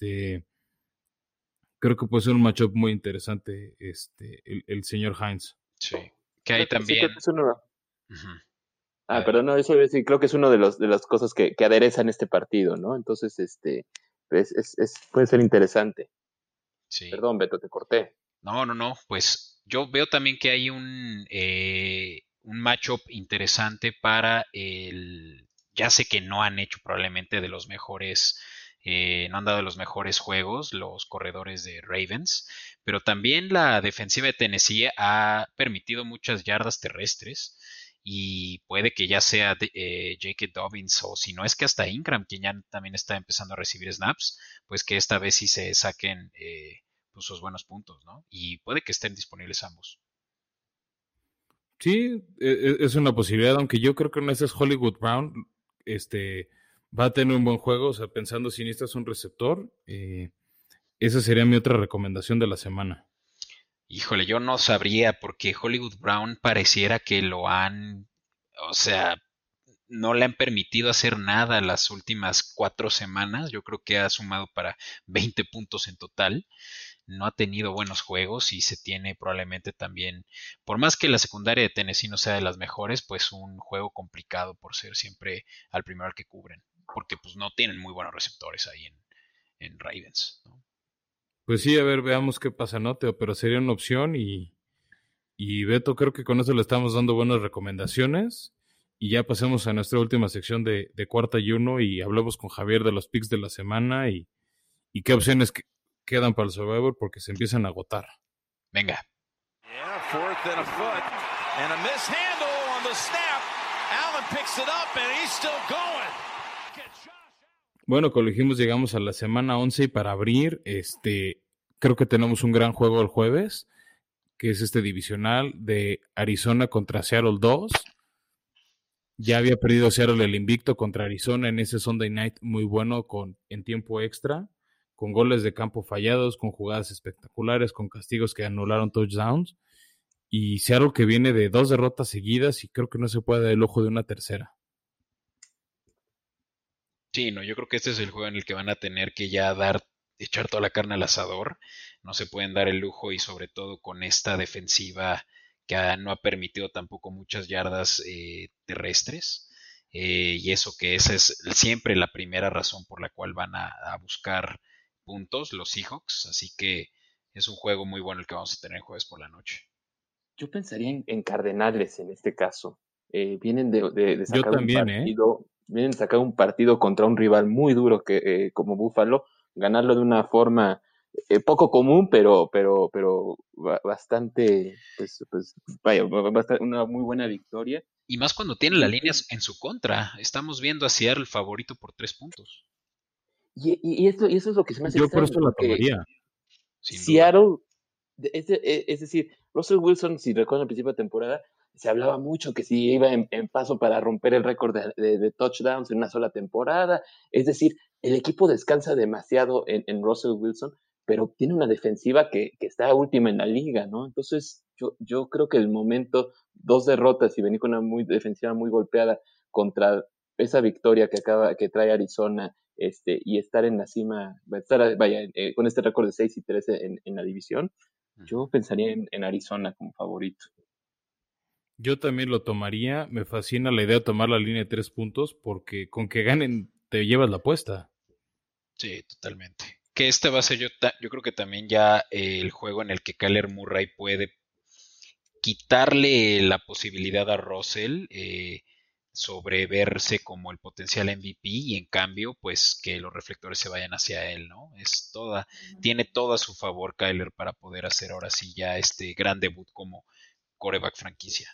creo que puede ser un matchup muy interesante el señor Hines. Sí, que hay también. Sí, creo que es uno. Uh-huh. Perdón, no, eso sí, creo que es uno de las cosas que aderezan este partido, ¿no? Entonces, puede ser interesante. Sí. Perdón, Beto, te corté. No, pues yo veo también que hay un matchup interesante para ya sé que no han hecho probablemente de los mejores, no han dado los mejores juegos los corredores de Ravens, pero también la defensiva de Tennessee ha permitido muchas yardas terrestres y puede que ya sea J.K. Dobbins o si no es que hasta Ingram, quien ya también está empezando a recibir snaps, pues que esta vez sí se saquen pues sus buenos puntos, ¿no? Y puede que estén disponibles ambos. Sí, es una posibilidad, aunque yo creo que no es Hollywood Brown, va a tener un buen juego, o sea, pensando si necesitas un receptor, esa sería mi otra recomendación de la semana. Híjole, yo no sabría porque Hollywood Brown pareciera que o sea, no le han permitido hacer nada las últimas 4 semanas. Yo creo que ha sumado para 20 puntos en total. No ha tenido buenos juegos y se tiene probablemente también, por más que la secundaria de Tennessee no sea de las mejores, pues un juego complicado por ser siempre al primero al que cubren, porque pues no tienen muy buenos receptores ahí en Ravens, ¿no? Pues sí, a ver, veamos qué pasa, ¿no? Pero sería una opción y Beto, creo que con eso le estamos dando buenas recomendaciones y ya pasemos a nuestra última sección de cuarta y uno y hablemos con Javier de los picks de la semana y qué opciones quedan para el Survivor porque se empiezan a agotar. Venga. Bueno, como dijimos, llegamos a la semana 11 y para abrir, creo que tenemos un gran juego el jueves, que es divisional de Arizona contra Seattle 2. Ya había perdido Seattle el invicto contra Arizona en ese Sunday Night muy bueno en tiempo extra, con goles de campo fallados, con jugadas espectaculares, con castigos que anularon touchdowns. Y Seattle que viene de 2 derrotas seguidas y creo que no se puede dar el ojo de una tercera. Sí, no, yo creo que este es el juego en el que van a tener que ya echar toda la carne al asador. No se pueden dar el lujo y sobre todo con esta defensiva que no ha permitido tampoco muchas yardas terrestres. Y eso que esa es siempre la primera razón por la cual van a buscar puntos los Seahawks. Así que es un juego muy bueno el que vamos a tener el jueves por la noche. Yo pensaría en Cardenales en este caso. Vienen de sacar Yo también, un partido, vienen de sacar un partido contra un rival muy duro como Buffalo, ganarlo de una forma poco común, pero bastante, pues vaya, una muy buena victoria. Y más cuando tiene la línea en su contra. Estamos viendo a Seattle favorito por 3 puntos. Y eso es lo que se me hace Yo por extraño, eso la porque tomaría. Sin duda. Seattle, es decir, Russell Wilson, si recuerdan al principio de temporada, se hablaba mucho que si iba en paso para romper el récord de touchdowns en una sola temporada. Es decir, el equipo descansa demasiado en Russell Wilson, pero tiene una defensiva que está última en la liga, ¿no? Entonces, yo creo que el momento, 2 derrotas y venir con una defensiva muy golpeada contra esa victoria que trae Arizona, y estar en la cima, con este récord de 6-13 en la división, yo pensaría en Arizona como favorito. Yo también lo tomaría. Me fascina la idea de tomar la línea de 3 puntos porque con que ganen te llevas la apuesta. Sí, totalmente. Que este va a ser yo creo que también ya el juego en el que Kyler Murray puede quitarle la posibilidad a Russell sobre verse como el potencial MVP y en cambio pues que los reflectores se vayan hacia él, ¿no? Tiene todo a su favor Kyler para poder hacer ahora sí ya este gran debut como quarterback franquicia.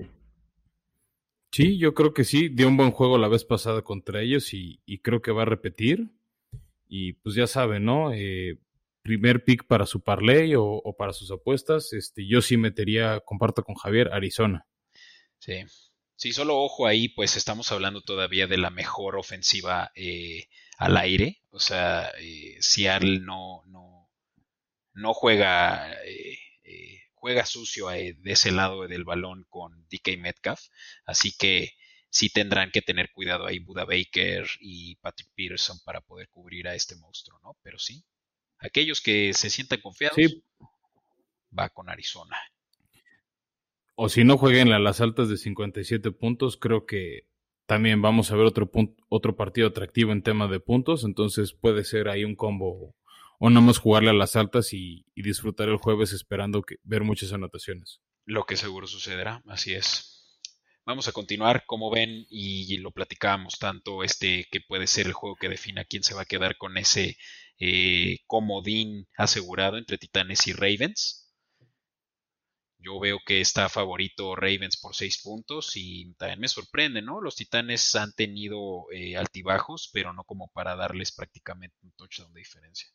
Sí, yo creo que sí. Dio un buen juego la vez pasada contra ellos y creo que va a repetir. Y pues ya saben, ¿no? Primer pick para su parlay o para sus apuestas. Yo sí metería, comparto con Javier, Arizona. Sí. Sí, solo ojo ahí, pues estamos hablando todavía de la mejor ofensiva al aire. O sea, Seattle no juega, juega sucio de ese lado del balón con DK Metcalf. Así que sí tendrán que tener cuidado ahí Buda Baker y Patrick Peterson para poder cubrir a este monstruo, ¿no? Pero sí, aquellos que se sientan confiados, Sí, va con Arizona. o si no jueguen a las altas de 57 puntos, creo que también vamos a ver otro partido atractivo en tema de puntos, entonces puede ser ahí un combo o nada más jugarle a las altas y disfrutar el jueves esperando ver muchas anotaciones. Lo que seguro sucederá, así es. Vamos a continuar, como ven, y lo platicábamos tanto, que puede ser el juego que defina quién se va a quedar con ese comodín asegurado entre Titanes y Ravens. Yo veo que está favorito Ravens por 6 puntos y también me sorprende, ¿no? Los Titanes han tenido altibajos, pero no como para darles prácticamente un touchdown de diferencia.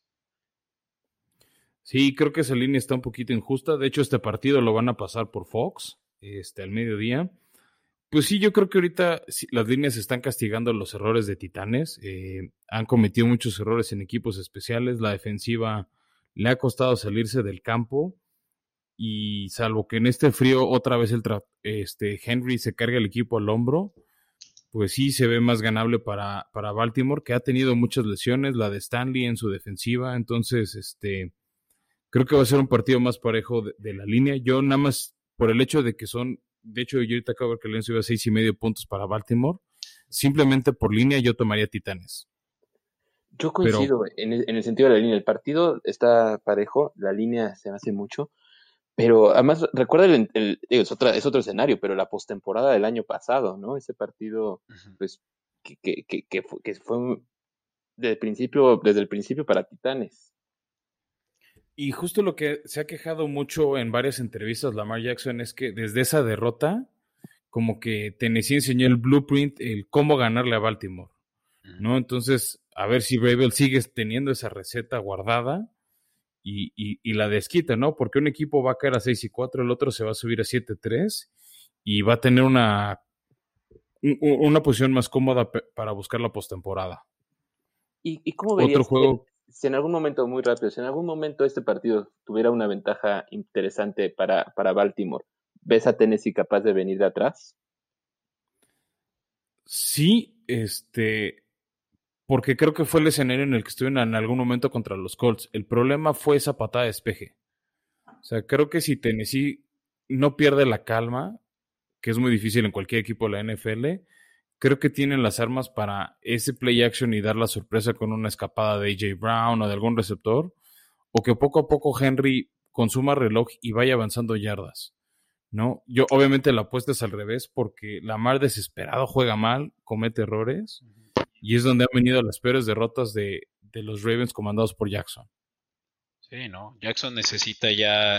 Sí, creo que esa línea está un poquito injusta. De hecho, este partido lo van a pasar por Fox, al mediodía. Pues sí, yo creo que ahorita las líneas están castigando los errores de Titanes. Han cometido muchos errores en equipos especiales. La defensiva le ha costado salirse del campo. Y salvo que en este frío otra vez Henry se carga el equipo al hombro, pues sí se ve más ganable para Baltimore, que ha tenido muchas lesiones, la de Stanley en su defensiva. Entonces, creo que va a ser un partido más parejo de la línea. Yo nada más por el hecho de que de hecho yo ahorita acabo de ver que le han subido a 6.5 puntos para Baltimore, simplemente por línea yo tomaría Titanes. Yo coincido en el sentido de la línea. El partido está parejo, la línea se hace mucho, pero además recuerda es otro escenario, pero la postemporada del año pasado, ¿no? Ese partido, pues, que fue desde el principio para Titanes. Y justo lo que se ha quejado mucho en varias entrevistas Lamar Jackson es que desde esa derrota, como que Tennessee enseñó el blueprint, el cómo ganarle a Baltimore, ¿no? Entonces, a ver si Bravel sigue teniendo esa receta guardada y la desquita, ¿no? Porque un equipo va a caer a 6-4, el otro se va a subir a 7-3 y va a tener una posición más cómoda para buscar la postemporada. ¿Y cómo verías Otro juego. Si en algún momento, muy rápido, si en algún momento este partido tuviera una ventaja interesante para Baltimore, ¿ves a Tennessee capaz de venir de atrás? Sí, porque creo que fue el escenario en el que estuvieron en algún momento contra los Colts. El problema fue esa patada de despeje. O sea, creo que si Tennessee no pierde la calma, que es muy difícil en cualquier equipo de la NFL, creo que tienen las armas para ese play action y dar la sorpresa con una escapada de AJ Brown o de algún receptor, o que poco a poco Henry consuma reloj y vaya avanzando yardas, ¿no? Yo obviamente la apuesta es al revés porque Lamar desesperado juega mal, comete errores y es donde han venido las peores derrotas de los Ravens comandados por Jackson. Sí, ¿no? Jackson necesita ya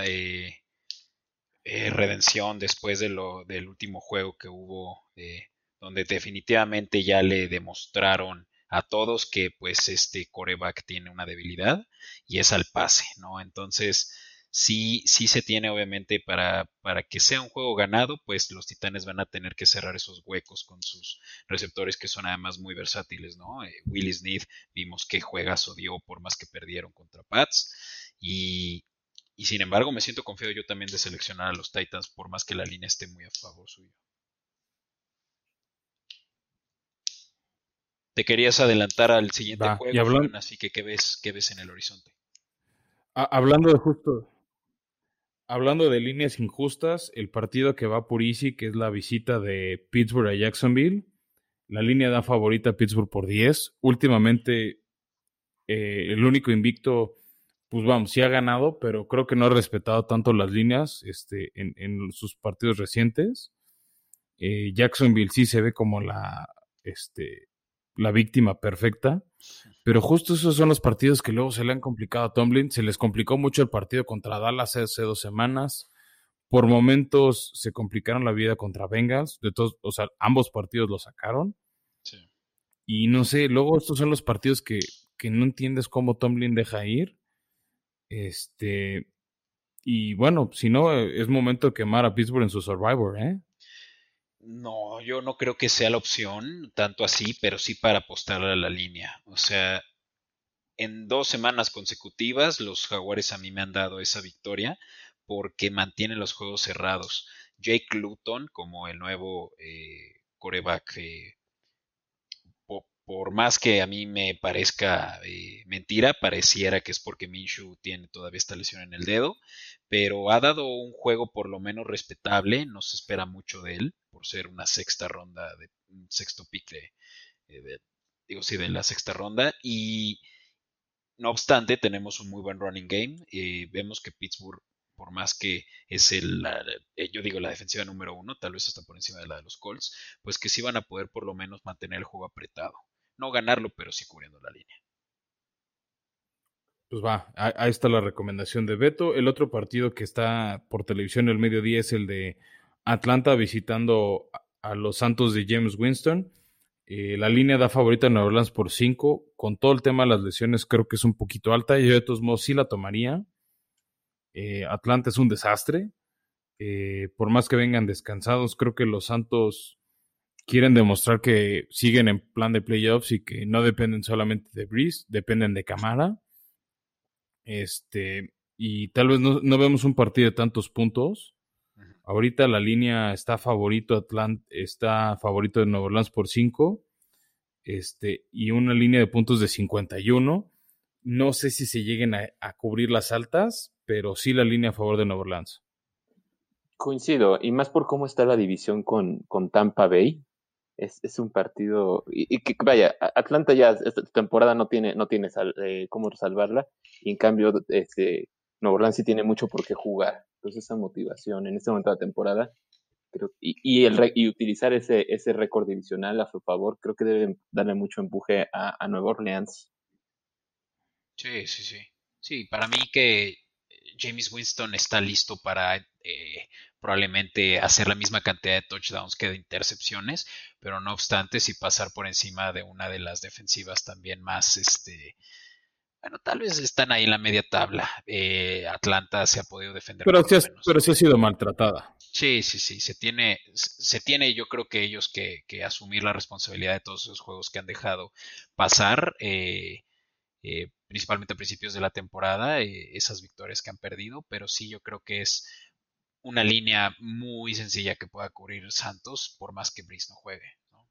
redención después del último juego que hubo, donde definitivamente ya le demostraron a todos que pues este quarterback tiene una debilidad y es al pase, ¿no? Entonces, sí se tiene obviamente para que sea un juego ganado, pues los Titanes van a tener que cerrar esos huecos con sus receptores que son además muy versátiles, ¿no? Willie Snead vimos que juegazo dio por más que perdieron contra Pats y sin embargo me siento confiado yo también de seleccionar a los Titans por más que la línea esté muy a favor suyo. Te querías adelantar al siguiente juego, Fran, así que ¿qué ves en el horizonte? Hablando de líneas injustas, el partido que va por easy, que es la visita de Pittsburgh a Jacksonville, la línea da favorita a Pittsburgh por 10. Últimamente, el único invicto, pues vamos, sí ha ganado, pero creo que no ha respetado tanto las líneas en sus partidos recientes. Jacksonville sí se ve como la víctima perfecta, pero justo esos son los partidos que luego se le han complicado a Tomlin. Se les complicó mucho el partido contra Dallas hace 2 semanas. Por momentos se complicaron la vida contra Bengals. O sea, ambos partidos lo sacaron. Sí. Y no sé, luego estos son los partidos que no entiendes cómo Tomlin deja ir. Y bueno, si no, es momento de quemar a Pittsburgh en su Survivor, ¿eh? No, yo no creo que sea la opción, tanto así, pero sí para apostarle a la línea. O sea, en 2 semanas consecutivas los Jaguares a mí me han dado esa victoria porque mantienen los juegos cerrados. Jake Luton como el nuevo quarterback, por más que a mí me parezca mentira, pareciera que es porque Minshew tiene todavía esta lesión en el dedo, pero ha dado un juego por lo menos respetable, no se espera mucho de él, por ser una sexta ronda, un sexto pick de la sexta ronda, y no obstante tenemos un muy buen running game, vemos que Pittsburgh, por más que es yo digo la defensiva número 1, tal vez hasta por encima de la de los Colts, pues que sí van a poder por lo menos mantener el juego apretado. No ganarlo, pero sí cubriendo la línea. Pues va, ahí está la recomendación de Beto. El otro partido que está por televisión el mediodía es el de Atlanta visitando a los Santos de James Winston. La línea da favorita a Nueva Orleans por 5. Con todo el tema de las lesiones creo que es un poquito alta. Yo de todos modos sí la tomaría. Atlanta es un desastre. Por más que vengan descansados, creo que los Santos quieren demostrar que siguen en plan de playoffs y que no dependen solamente de Breeze, dependen de Camara. Y tal vez no vemos un partido de tantos puntos. Ahorita la línea está favorito de Nueva Orleans por 5. Y una línea de puntos de 51. No sé si se lleguen a cubrir las altas, pero sí la línea a favor de Nueva Orleans. Coincido, y más por cómo está la división con Tampa Bay. Es un partido, y que vaya, Atlanta ya esta temporada no tiene cómo salvarla, y en cambio Nueva Orleans sí tiene mucho por qué jugar. Entonces esa motivación en este momento de la temporada, creo, y utilizar ese récord divisional a su favor, creo que deben darle mucho empuje a Nueva Orleans. Sí. Sí, para mí que James Winston está listo para probablemente hacer la misma cantidad de touchdowns que de intercepciones, pero no obstante, si pasar por encima de una de las defensivas también más, bueno, tal vez están ahí en la media tabla. Atlanta se ha podido defender. Pero sí ha sido maltratada. Sí, se tiene yo creo que ellos que asumir la responsabilidad de todos esos juegos que han dejado pasar. Principalmente a principios de la temporada, esas victorias que han perdido, pero sí yo creo que es una línea muy sencilla que pueda cubrir Santos, por más que Breeze no juegue, ¿no?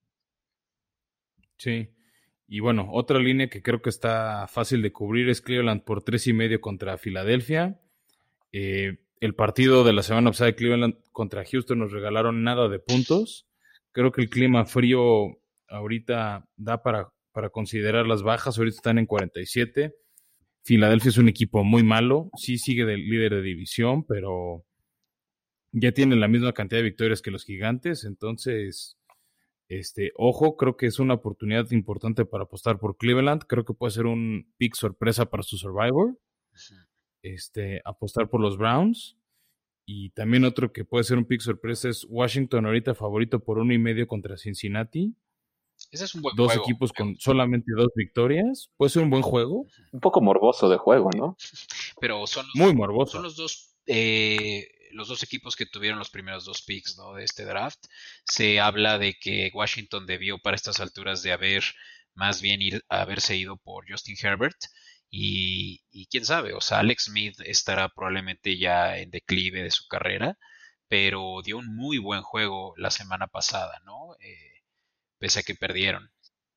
Sí, y bueno, otra línea que creo que está fácil de cubrir es Cleveland por 3.5 contra Filadelfia. El partido de la semana pasada de Cleveland contra Houston nos regalaron nada de puntos. Creo que el clima frío ahorita da para considerar las bajas. Ahorita están en 47. Filadelfia es un equipo muy malo. Sí sigue del líder de división, pero ya tienen la misma cantidad de victorias que los Gigantes. Entonces, Ojo, creo que es una oportunidad importante para apostar por Cleveland. Creo que puede ser un pick sorpresa para su Survivor. Apostar por los Browns. Y también otro que puede ser un pick sorpresa es Washington, ahorita favorito por 1.5 contra Cincinnati. Ese es un buen Dos juego. equipos con solamente 2 victorias. Puede ser un buen juego. Un poco morboso de juego, ¿no? Pero son muy morboso. Son los dos equipos que tuvieron los primeros 2 picks, ¿no?, de este draft. Se habla de que Washington debió para estas alturas de haberse ido por Justin Herbert. Y quién sabe, o sea, Alex Smith estará probablemente ya en declive de su carrera, pero dio un muy buen juego la semana pasada, ¿no? Pese a que perdieron.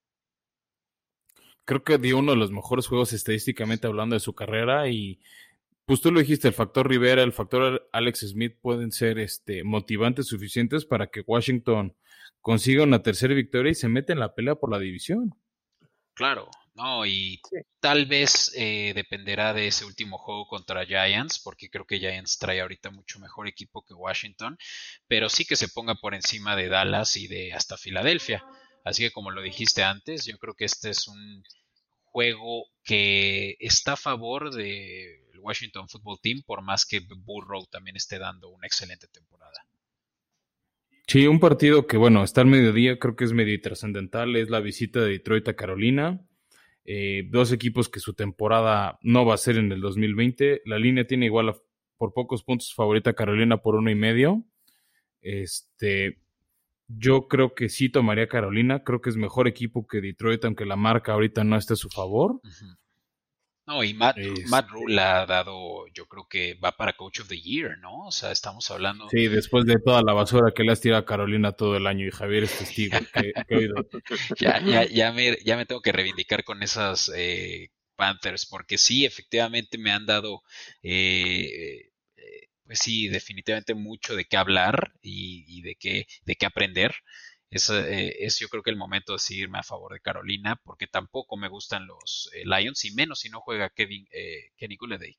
Creo que dio uno de los mejores juegos estadísticamente hablando de su carrera y pues tú lo dijiste, el factor Rivera, el factor Alex Smith pueden ser motivantes suficientes para que Washington consiga una tercera victoria y se meta en la pelea por la división. Claro, no, y tal vez dependerá de ese último juego contra Giants, porque creo que Giants trae ahorita mucho mejor equipo que Washington, pero sí que se ponga por encima de Dallas y de hasta Filadelfia. Así que como lo dijiste antes, yo creo que este es un juego que está a favor del Washington Football Team, por más que Burrow también esté dando una excelente temporada. Sí, un partido que, bueno, está al mediodía, creo que es medio trascendental, es la visita de Detroit a Carolina. Dos equipos que su temporada no va a ser en el 2020. La línea tiene igual por pocos puntos favorita a Carolina por 1.5. Yo creo que sí tomaría Carolina. Creo que es mejor equipo que Detroit, aunque la marca ahorita no esté a su favor. Uh-huh. No, y Matt Rhule ha dado, yo creo que va para Coach of the Year, ¿no? O sea, estamos hablando... Sí, después de toda la basura que le has tirado a Carolina todo el año, y Javier es testigo. ¿Qué oído? ya me tengo que reivindicar con esas Panthers, porque sí, efectivamente me han dado, pues sí, definitivamente mucho de qué hablar y de qué aprender. Es yo creo que el momento de seguirme a favor de Carolina, porque tampoco me gustan los Lions, y menos si no juega Kenny Golladay.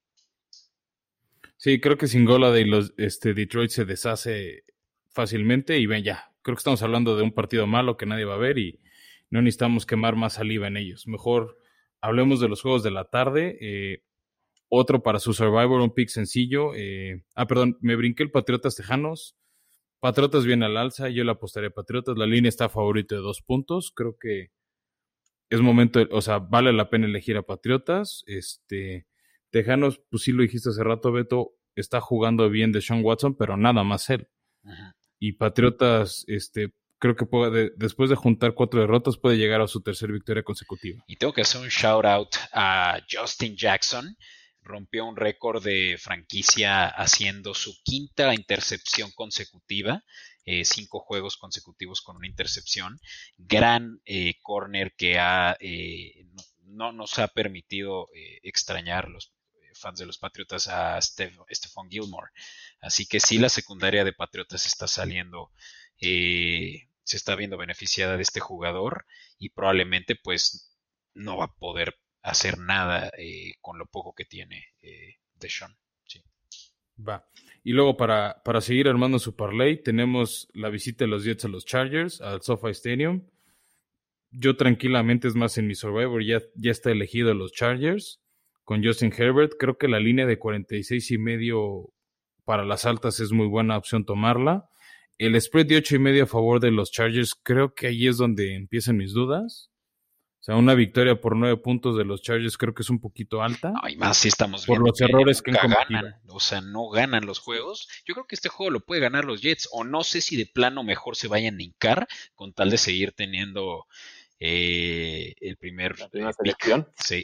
Sí, creo que sin Golladay Detroit se deshace fácilmente y ven ya. Creo que estamos hablando de un partido malo que nadie va a ver y no necesitamos quemar más saliva en ellos. Mejor hablemos de los juegos de la tarde. Otro para su Survivor, un pick sencillo. Me brinqué el Patriotas Tejanos. Patriotas viene al alza, yo le apostaré a Patriotas. La línea está favorita de 2 puntos. Creo que es momento, vale la pena elegir a Patriotas. Tejanos, pues sí lo dijiste hace rato, Beto, está jugando bien Deshaun Watson, pero nada más él. Uh-huh. Y Patriotas, creo que después de juntar 4 derrotas, puede llegar a su tercera victoria consecutiva. Y tengo que hacer un shout out a Justin Jackson. Rompió un récord de franquicia haciendo su 5ª intercepción consecutiva, 5 juegos consecutivos con una intercepción. Gran corner que no nos ha permitido extrañar los fans de los Patriotas a Stephon Gilmore. Así que sí, la secundaria de Patriotas está saliendo, se está viendo beneficiada de este jugador y probablemente pues no va a poder hacer nada con lo poco que tiene Deshaun. Sí. Va. Y luego para seguir armando su parlay, tenemos la visita de los Jets a los Chargers, al SoFi Stadium. Yo tranquilamente, es más, en mi Survivor ya está elegido los Chargers con Justin Herbert. Creo que la línea de 46.5 para las altas es muy buena opción tomarla. El spread de 8.5 a favor de los Chargers, creo que ahí es donde empiezan mis dudas. O sea, una victoria por 9 puntos de los Chargers creo que es un poquito alta. No, y más si estamos viendo por los errores que han cometido. O sea, no ganan los juegos. Yo creo que este juego lo puede ganar los Jets, o no sé si de plano mejor se vayan a hincar con tal de seguir teniendo la primera selección. Sí.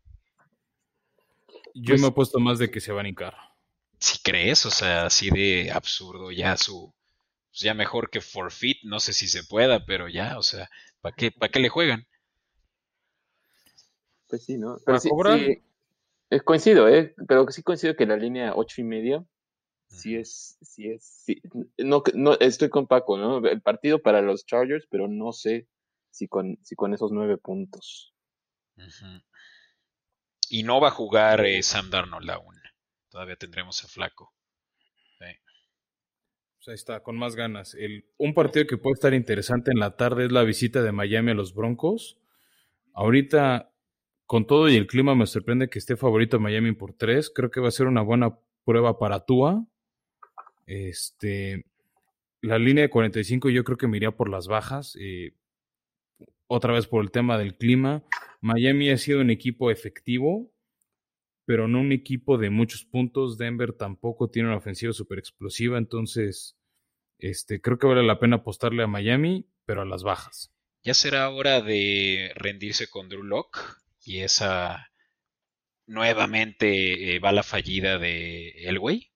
Yo me he puesto más de que se van a hincar. Si crees, o sea, así de absurdo ya pues ya mejor que forfeit, no sé si se pueda, pero ya, o sea, ¿para qué le juegan? Pues sí, ¿no? Pero sí, coincido, pero sí coincido que la línea 8.5 sí. No estoy con Paco, ¿no? El partido para los Chargers, pero no sé si con esos 9 puntos. Uh-huh. Y no va a jugar Sam Darnold aún. Todavía tendremos a Flaco. Ahí está, con más ganas. Un partido que puede estar interesante en la tarde es la visita de Miami a los Broncos. Ahorita, con todo y el clima, me sorprende que esté favorito Miami por 3. Creo que va a ser una buena prueba para Tua. La línea de 45 yo creo que me iría por las bajas. Otra vez por el tema del clima. Miami ha sido un equipo efectivo, pero no un equipo de muchos puntos. Denver tampoco tiene una ofensiva súper explosiva, entonces creo que vale la pena apostarle a Miami, pero a las bajas. Ya será hora de rendirse con Drew Lock y esa nuevamente bala fallida de Elway.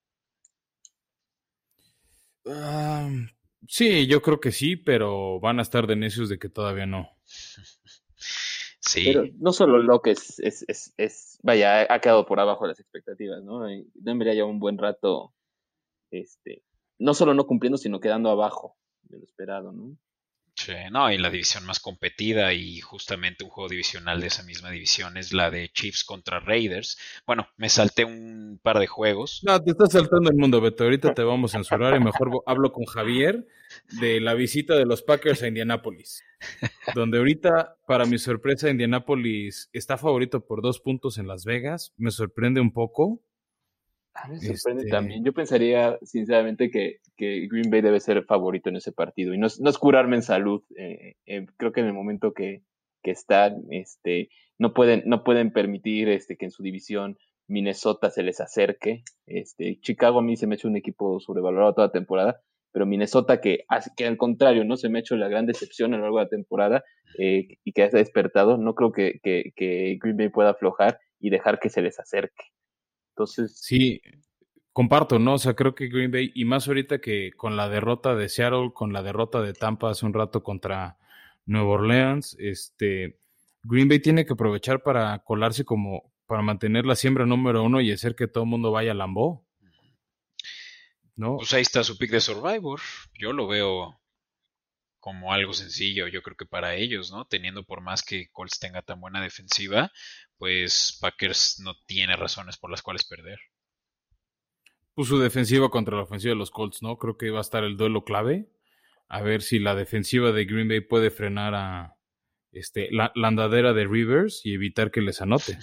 Sí, yo creo que sí, pero van a estar de necios de que todavía no. Sí. Pero no solo Locke vaya, ha quedado por abajo de las expectativas, ¿no? Denver ya lleva un buen rato, no solo no cumpliendo, sino quedando abajo de lo esperado, ¿no? Sí, no, y la división más competida y justamente un juego divisional de esa misma división es la de Chiefs contra Raiders. Bueno, me salté un par de juegos. No, te estás saltando el mundo, Beto. Ahorita te vamos a censurar y mejor hablo con Javier de la visita de los Packers a Indianápolis, donde ahorita, para mi sorpresa, Indianápolis está favorito por 2 puntos en Las Vegas. Me sorprende un poco. A mí me sorprende también. Yo pensaría, sinceramente, que Green Bay debe ser favorito en ese partido. Y no es curarme en salud. Creo que en el momento que están, no pueden permitir que en su división Minnesota se les acerque. Chicago a mí se me ha hecho un equipo sobrevalorado toda la temporada, pero Minnesota que al contrario, no se me ha hecho la gran decepción a lo largo de la temporada y que ha despertado, no creo que Green Bay pueda aflojar y dejar que se les acerque. Entonces, sí, comparto, ¿no? O sea, creo que Green Bay, y más ahorita que con la derrota de Seattle, con la derrota de Tampa hace un rato contra Nueva Orleans, Green Bay tiene que aprovechar para colarse para mantener la siembra número 1 y hacer que todo el mundo vaya a Lambeau, ¿no? Pues ahí está su pick de Survivor. Yo lo veo como algo sencillo, yo creo que para ellos, ¿no? Teniendo por más que Colts tenga tan buena defensiva, pues Packers no tiene razones por las cuales perder. Pues su defensiva contra la ofensiva de los Colts, ¿no? Creo que va a estar el duelo clave. A ver si la defensiva de Green Bay puede frenar a la andadera de Rivers y evitar que les anote.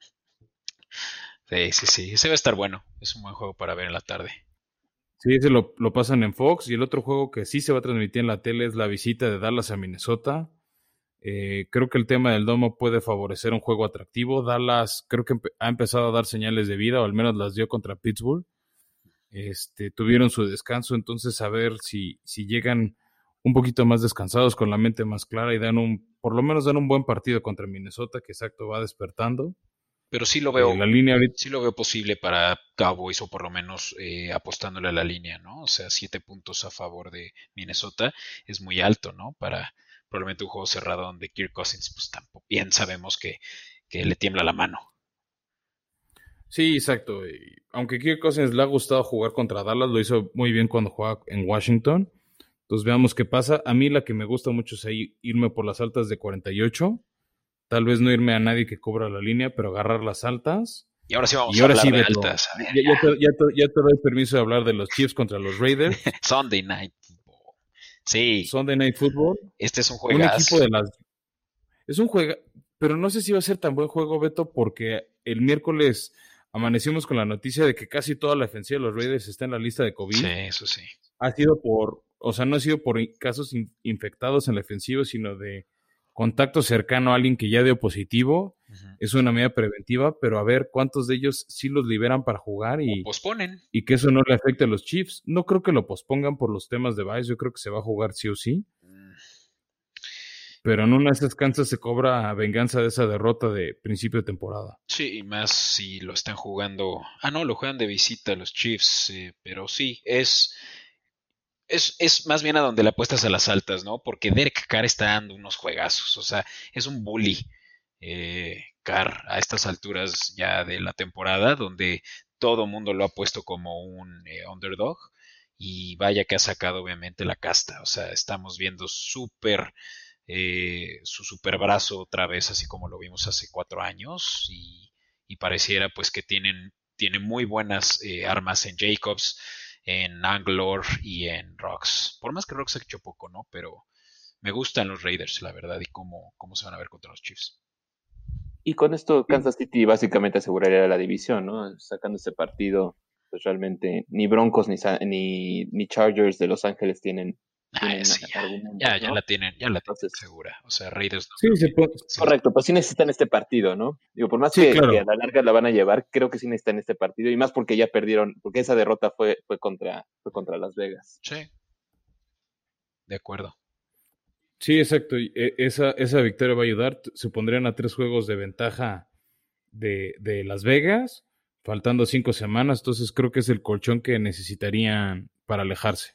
Sí, ese va a estar bueno. Es un buen juego para ver en la tarde. Sí, ese lo pasan en Fox. Y el otro juego que sí se va a transmitir en la tele es la visita de Dallas a Minnesota. Creo que el tema del domo puede favorecer un juego atractivo. Dallas creo que ha empezado a dar señales de vida, o al menos las dio contra Pittsburgh. Tuvieron su descanso, entonces a ver si llegan un poquito más descansados, con la mente más clara y por lo menos dan un buen partido contra Minnesota, que exacto va despertando. Pero sí lo veo, la línea ahorita, sí lo veo posible para Cowboys, o por lo menos apostándole a la línea, ¿no? O sea, 7 puntos a favor de Minnesota es muy alto, ¿no? Para probablemente un juego cerrado donde Kirk Cousins, pues tampoco bien sabemos que le tiembla la mano. Sí, exacto. Aunque Kirk Cousins le ha gustado jugar contra Dallas, lo hizo muy bien cuando jugaba en Washington. Entonces veamos qué pasa. A mí la que me gusta mucho es ahí irme por las altas de 48. Tal vez no irme a nadie que cobra la línea, pero agarrar las altas. Y ahora sí vamos a hablar de altas. A ver, ya te doy permiso de hablar de los Chiefs contra los Raiders. Sunday Night Football. Sí. Sunday Night Football. Este es un juegazo. Es un juego, pero no sé si va a ser tan buen juego, Beto, porque el miércoles amanecimos con la noticia de que casi toda la defensiva de los Raiders está en la lista de COVID. Sí, eso sí. No ha sido por casos infectados en la ofensiva, sino de contacto cercano a alguien que ya dio positivo. Uh-huh. Es una medida preventiva, pero a ver cuántos de ellos sí los liberan para jugar y posponen. Y que eso no le afecte a los Chiefs. No creo que lo pospongan por los temas de bye. Yo creo que se va a jugar sí o sí. Pero en una de esas canchas se cobra venganza de esa derrota de principio de temporada. Sí, y más si lo están jugando. No, lo juegan de visita los Chiefs, pero sí, es más bien a donde le apuestas a las altas, ¿no? Porque Derek Carr está dando unos juegazos, o sea, es un bully Carr a estas alturas ya de la temporada, donde todo mundo lo ha puesto como un underdog, y vaya que ha sacado obviamente la casta, o sea, estamos viendo su super brazo otra vez, así como lo vimos hace 4 años, y pareciera pues que tiene muy buenas armas en Jacobs. en Anglor y en Rocks. Por más que Rocks ha hecho poco, ¿no? Pero me gustan los Raiders, la verdad, y cómo se van a ver contra los Chiefs. Y con esto Kansas City básicamente aseguraría la división, ¿no? Sacando este partido, pues realmente ni Broncos ni Chargers de Los Ángeles tienen Sí, argumentos, ya ¿no? la tienen Entonces, segura. O sea, Raiders no Sí, creo se que... puede. Sí, correcto, pues sí necesitan este partido, ¿no? Digo, por más Sí, que a claro. la larga la van a llevar, creo que sí necesitan este partido, y más porque ya perdieron, porque esa derrota fue contra Las Vegas. sí, de acuerdo. Sí, exacto. Esa victoria va a ayudar. Se pondrían a 3 juegos de ventaja de Las Vegas, faltando 5 semanas. Entonces creo que es el colchón que necesitarían para alejarse.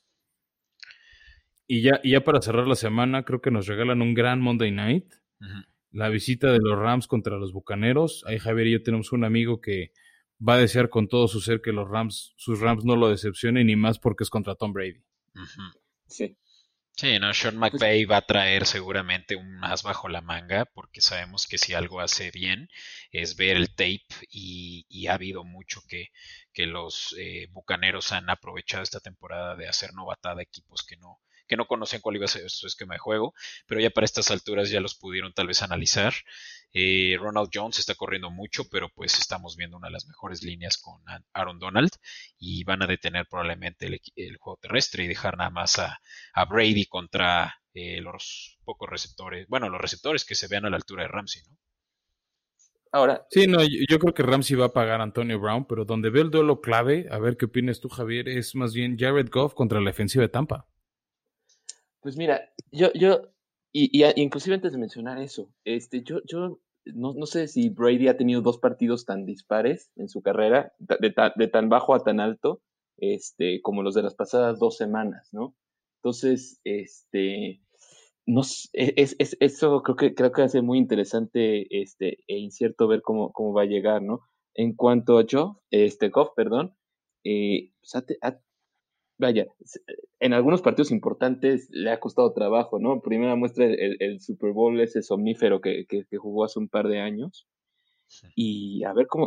Y ya para cerrar la semana, creo que nos regalan un gran Monday Night. Ujú. La visita de los Rams contra los Bucaneros. Ahí Javier y yo tenemos un amigo que va a desear con todo su ser que sus Rams no lo decepcionen, y más porque es contra Tom Brady. Ujú. Sí. Sí, no, Sean Pues, McVay va a traer seguramente un as bajo la manga, porque sabemos que si algo hace bien es ver el tape, y ha habido mucho que los Bucaneros han aprovechado esta temporada de hacer novatada a equipos que no conocen cuál iba a ser su esquema de juego, pero ya para estas alturas ya los pudieron tal vez analizar. Ronald Jones está corriendo mucho, pero pues estamos viendo una de las mejores líneas con Aaron Donald, y van a detener probablemente el juego terrestre y dejar nada más a Brady contra los pocos receptores, bueno, los receptores que se vean a la altura de Ramsey, ¿no? ahora, Sí, no, yo creo que Ramsey va a pagar a Antonio Brown, pero donde veo el duelo clave, a ver qué opinas tú, Javier, es más bien Jared Goff contra la defensiva de Tampa. pues mira, inclusive antes de mencionar eso, yo no sé si Brady ha tenido dos partidos tan dispares en su carrera, de tan bajo a tan alto, como los de las pasadas 2 semanas, ¿no? Entonces, no eso creo que hace muy interesante, e incierto ver cómo va a llegar, ¿no? En cuanto a Goff, perdón, pues vaya, en algunos partidos importantes le ha costado trabajo, ¿no? Primera muestra el Super Bowl ese somnífero que jugó hace un par de años. Y a ver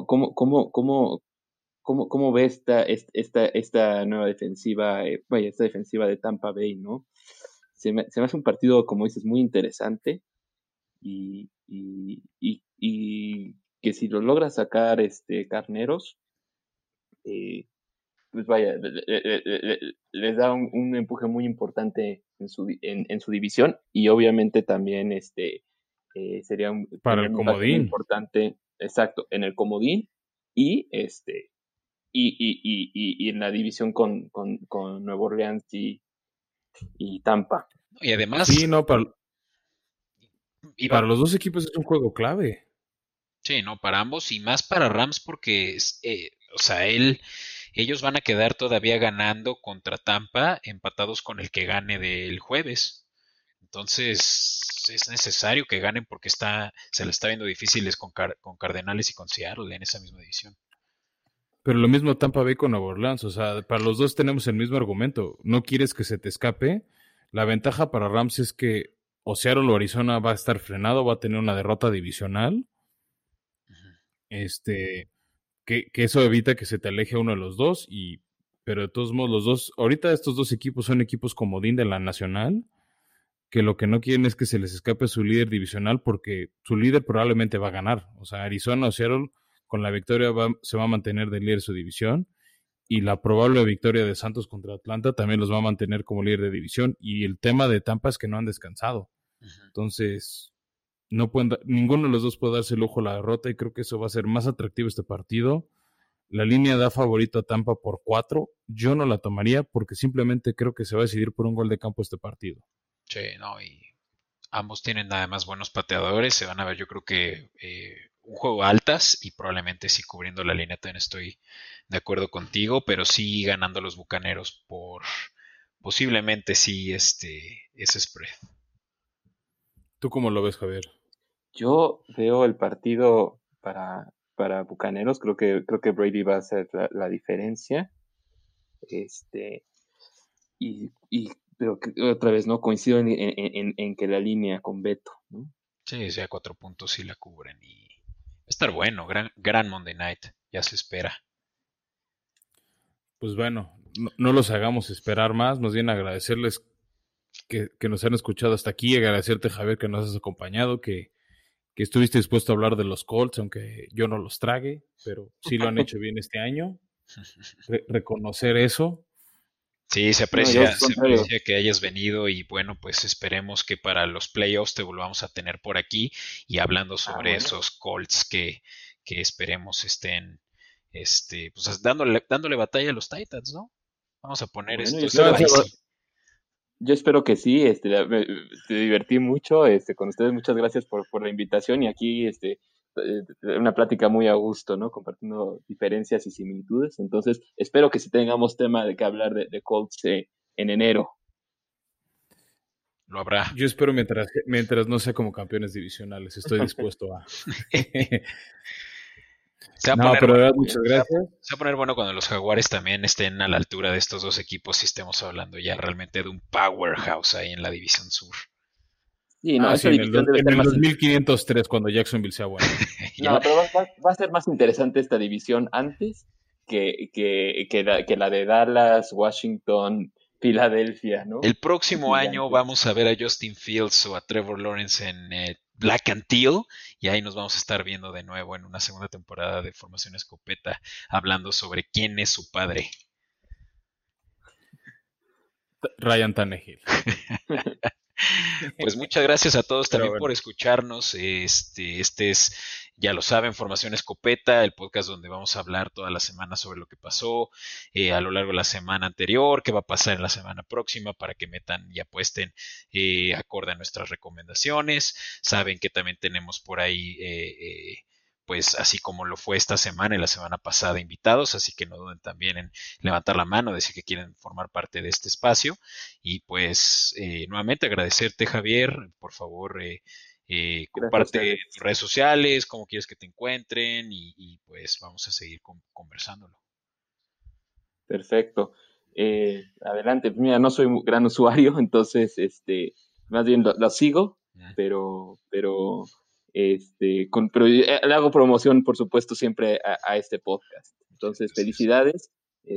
cómo ve esta nueva defensiva, esta defensiva de Tampa Bay, ¿no? Se me hace un partido, como dices, muy interesante, y que si lo logra sacar Carneros, pues vaya, les da un empuje muy importante en su división, y obviamente también Para tendría el un impacto muy comodín. importante, exacto, en el comodín, y y en la división con Nueva Orleans y Tampa. Y además, Sí, no, iba, para los dos equipos es un juego clave. sí, no, para ambos y más para Rams porque, o sea, ellos van a quedar todavía ganando contra Tampa, empatados con el que gane del jueves. Entonces, es necesario que ganen porque se le está viendo difíciles con Cardenales y con Seattle en esa misma división. Pero lo mismo Tampa Bay con Nueva Orleans. O sea, para los dos tenemos el mismo argumento. No quieres que se te escape. La ventaja para Rams es que o Seattle o Arizona va a estar frenado, va a tener una derrota divisional. Ujú. Que eso evita que se te aleje uno de los dos. Pero de todos modos, ahorita estos dos equipos son equipos comodín de la nacional, que lo que no quieren es que se les escape su líder divisional, porque su líder probablemente va a ganar. O sea, Arizona o Seattle con la victoria se va a mantener de líder de su división, y la probable victoria de Santos contra Atlanta también los va a mantener como líder de división. Y el tema de Tampa es que no han descansado. Ujú. Entonces, no pueden ninguno de los dos puede darse el lujo a la derrota, y creo que eso va a ser más atractivo este partido. La línea da favorito a Tampa por 4. Yo no la tomaría porque simplemente creo que se va a decidir por un gol de campo este partido. Sí, no, y ambos tienen además buenos pateadores. Se van a ver, yo creo que un juego altas y probablemente sí cubriendo la línea. También estoy de acuerdo contigo, pero sí ganando los Bucaneros por posiblemente sí ese spread. ¿Tú cómo lo ves, Javier? Yo veo el partido para Bucaneros, creo que Brady va a hacer la diferencia. Este, pero otra vez, ¿no? Coincido en que la línea con Beto, ¿no? Sí, sea 4 puntos sí la cubren y va a estar bueno, gran Monday Night, ya se espera. Pues bueno, no los hagamos esperar más, más bien agradecerles que nos han escuchado hasta aquí, agradecerte, Javier, que nos has acompañado, que estuviste dispuesto a hablar de los Colts, aunque yo no los trague, pero sí lo han hecho bien este año. Reconocer eso. Sí, se No, aprecia, yo, se contrario. aprecia que hayas venido y bueno, pues esperemos que para los playoffs te volvamos a tener por aquí y hablando sobre Bueno. esos Colts que esperemos estén, pues dándole batalla a los Titans, ¿no? Vamos a poner Bueno, esto No, spicy. yo espero que sí, te divertí mucho, con ustedes, muchas gracias por la invitación y aquí, una plática muy a gusto, ¿no? Compartiendo diferencias y similitudes, entonces espero que sí tengamos tema de que hablar de Colts en enero. Lo habrá. yo espero mientras no sea como campeones divisionales, estoy dispuesto a... Se va a No, poner pero de bueno. verdad, muchas gracias. Se va a poner bueno cuando los Jaguares también estén a la altura de estos dos equipos y estemos hablando ya realmente de un powerhouse ahí en la División Sur. Sí, no, Sí, esta división debe en ser el más 2503, cuando Jacksonville sea bueno. Ya, no, pero va a ser más interesante esta división antes que la de Dallas, Washington, Filadelfia, ¿no? el próximo año Gigantes. vamos a ver a Justin Fields o a Trevor Lawrence en Black and Teal y ahí nos vamos a estar viendo de nuevo en una segunda temporada de Formación Escopeta hablando sobre quién es su padre. Ryan Tannehill. Pues muchas gracias a todos Pero también bueno. por escucharnos. Este es, ya lo saben, Formación Escopeta, el podcast donde vamos a hablar toda la semana sobre lo que pasó a lo largo de la semana anterior, qué va a pasar en la semana próxima para que metan y apuesten acorde a nuestras recomendaciones. Saben que también tenemos por ahí pues así como lo fue esta semana y la semana pasada invitados, así que no duden también en levantar la mano, decir que quieren formar parte de este espacio y pues nuevamente agradecerte Javier, por favor Gracias a comparte ustedes. tus redes sociales, cómo quieres que te encuentren pues vamos a seguir conversándolo. Perfecto. Adelante. Mira, no soy un gran usuario, entonces, más bien lo sigo, pero le hago promoción, por supuesto, siempre a este podcast. Entonces, felicidades,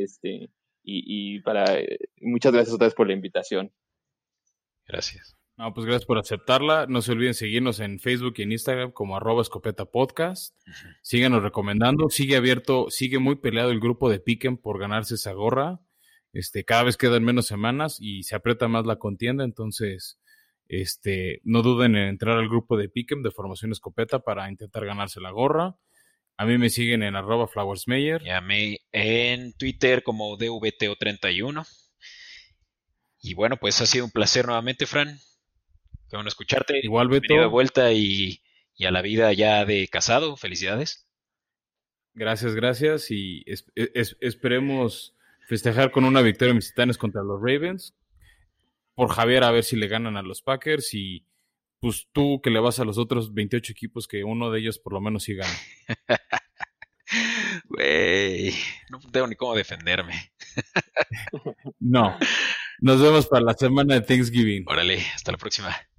muchas gracias otra vez por la invitación. Gracias. No, pues gracias por aceptarla. No se olviden seguirnos en Facebook y en Instagram como @escopetapodcast. Síganos recomendando. Sigue muy peleado el grupo de Piquen por ganarse esa gorra. Cada vez quedan menos semanas y se aprieta más la contienda. Entonces, no duden en entrar al grupo de Piquen de Formación Escopeta para intentar ganarse la gorra. A mí me siguen en @flowersmeyer. Y a mí en Twitter como DVTO31. Y bueno, pues ha sido un placer nuevamente, Fran. Qué bueno escucharte. Igual, Bienvenido de Beto. vuelta y a la vida ya de casado. Felicidades. Gracias. Y esperemos festejar con una victoria en mis Titanes contra los Ravens. Por Javier, a ver si le ganan a los Packers. Y pues tú que le vas a los otros 28 equipos, que uno de ellos por lo menos sí gane. Güey, no tengo ni cómo defenderme. No. Nos vemos para la semana de Thanksgiving. Órale, hasta la próxima.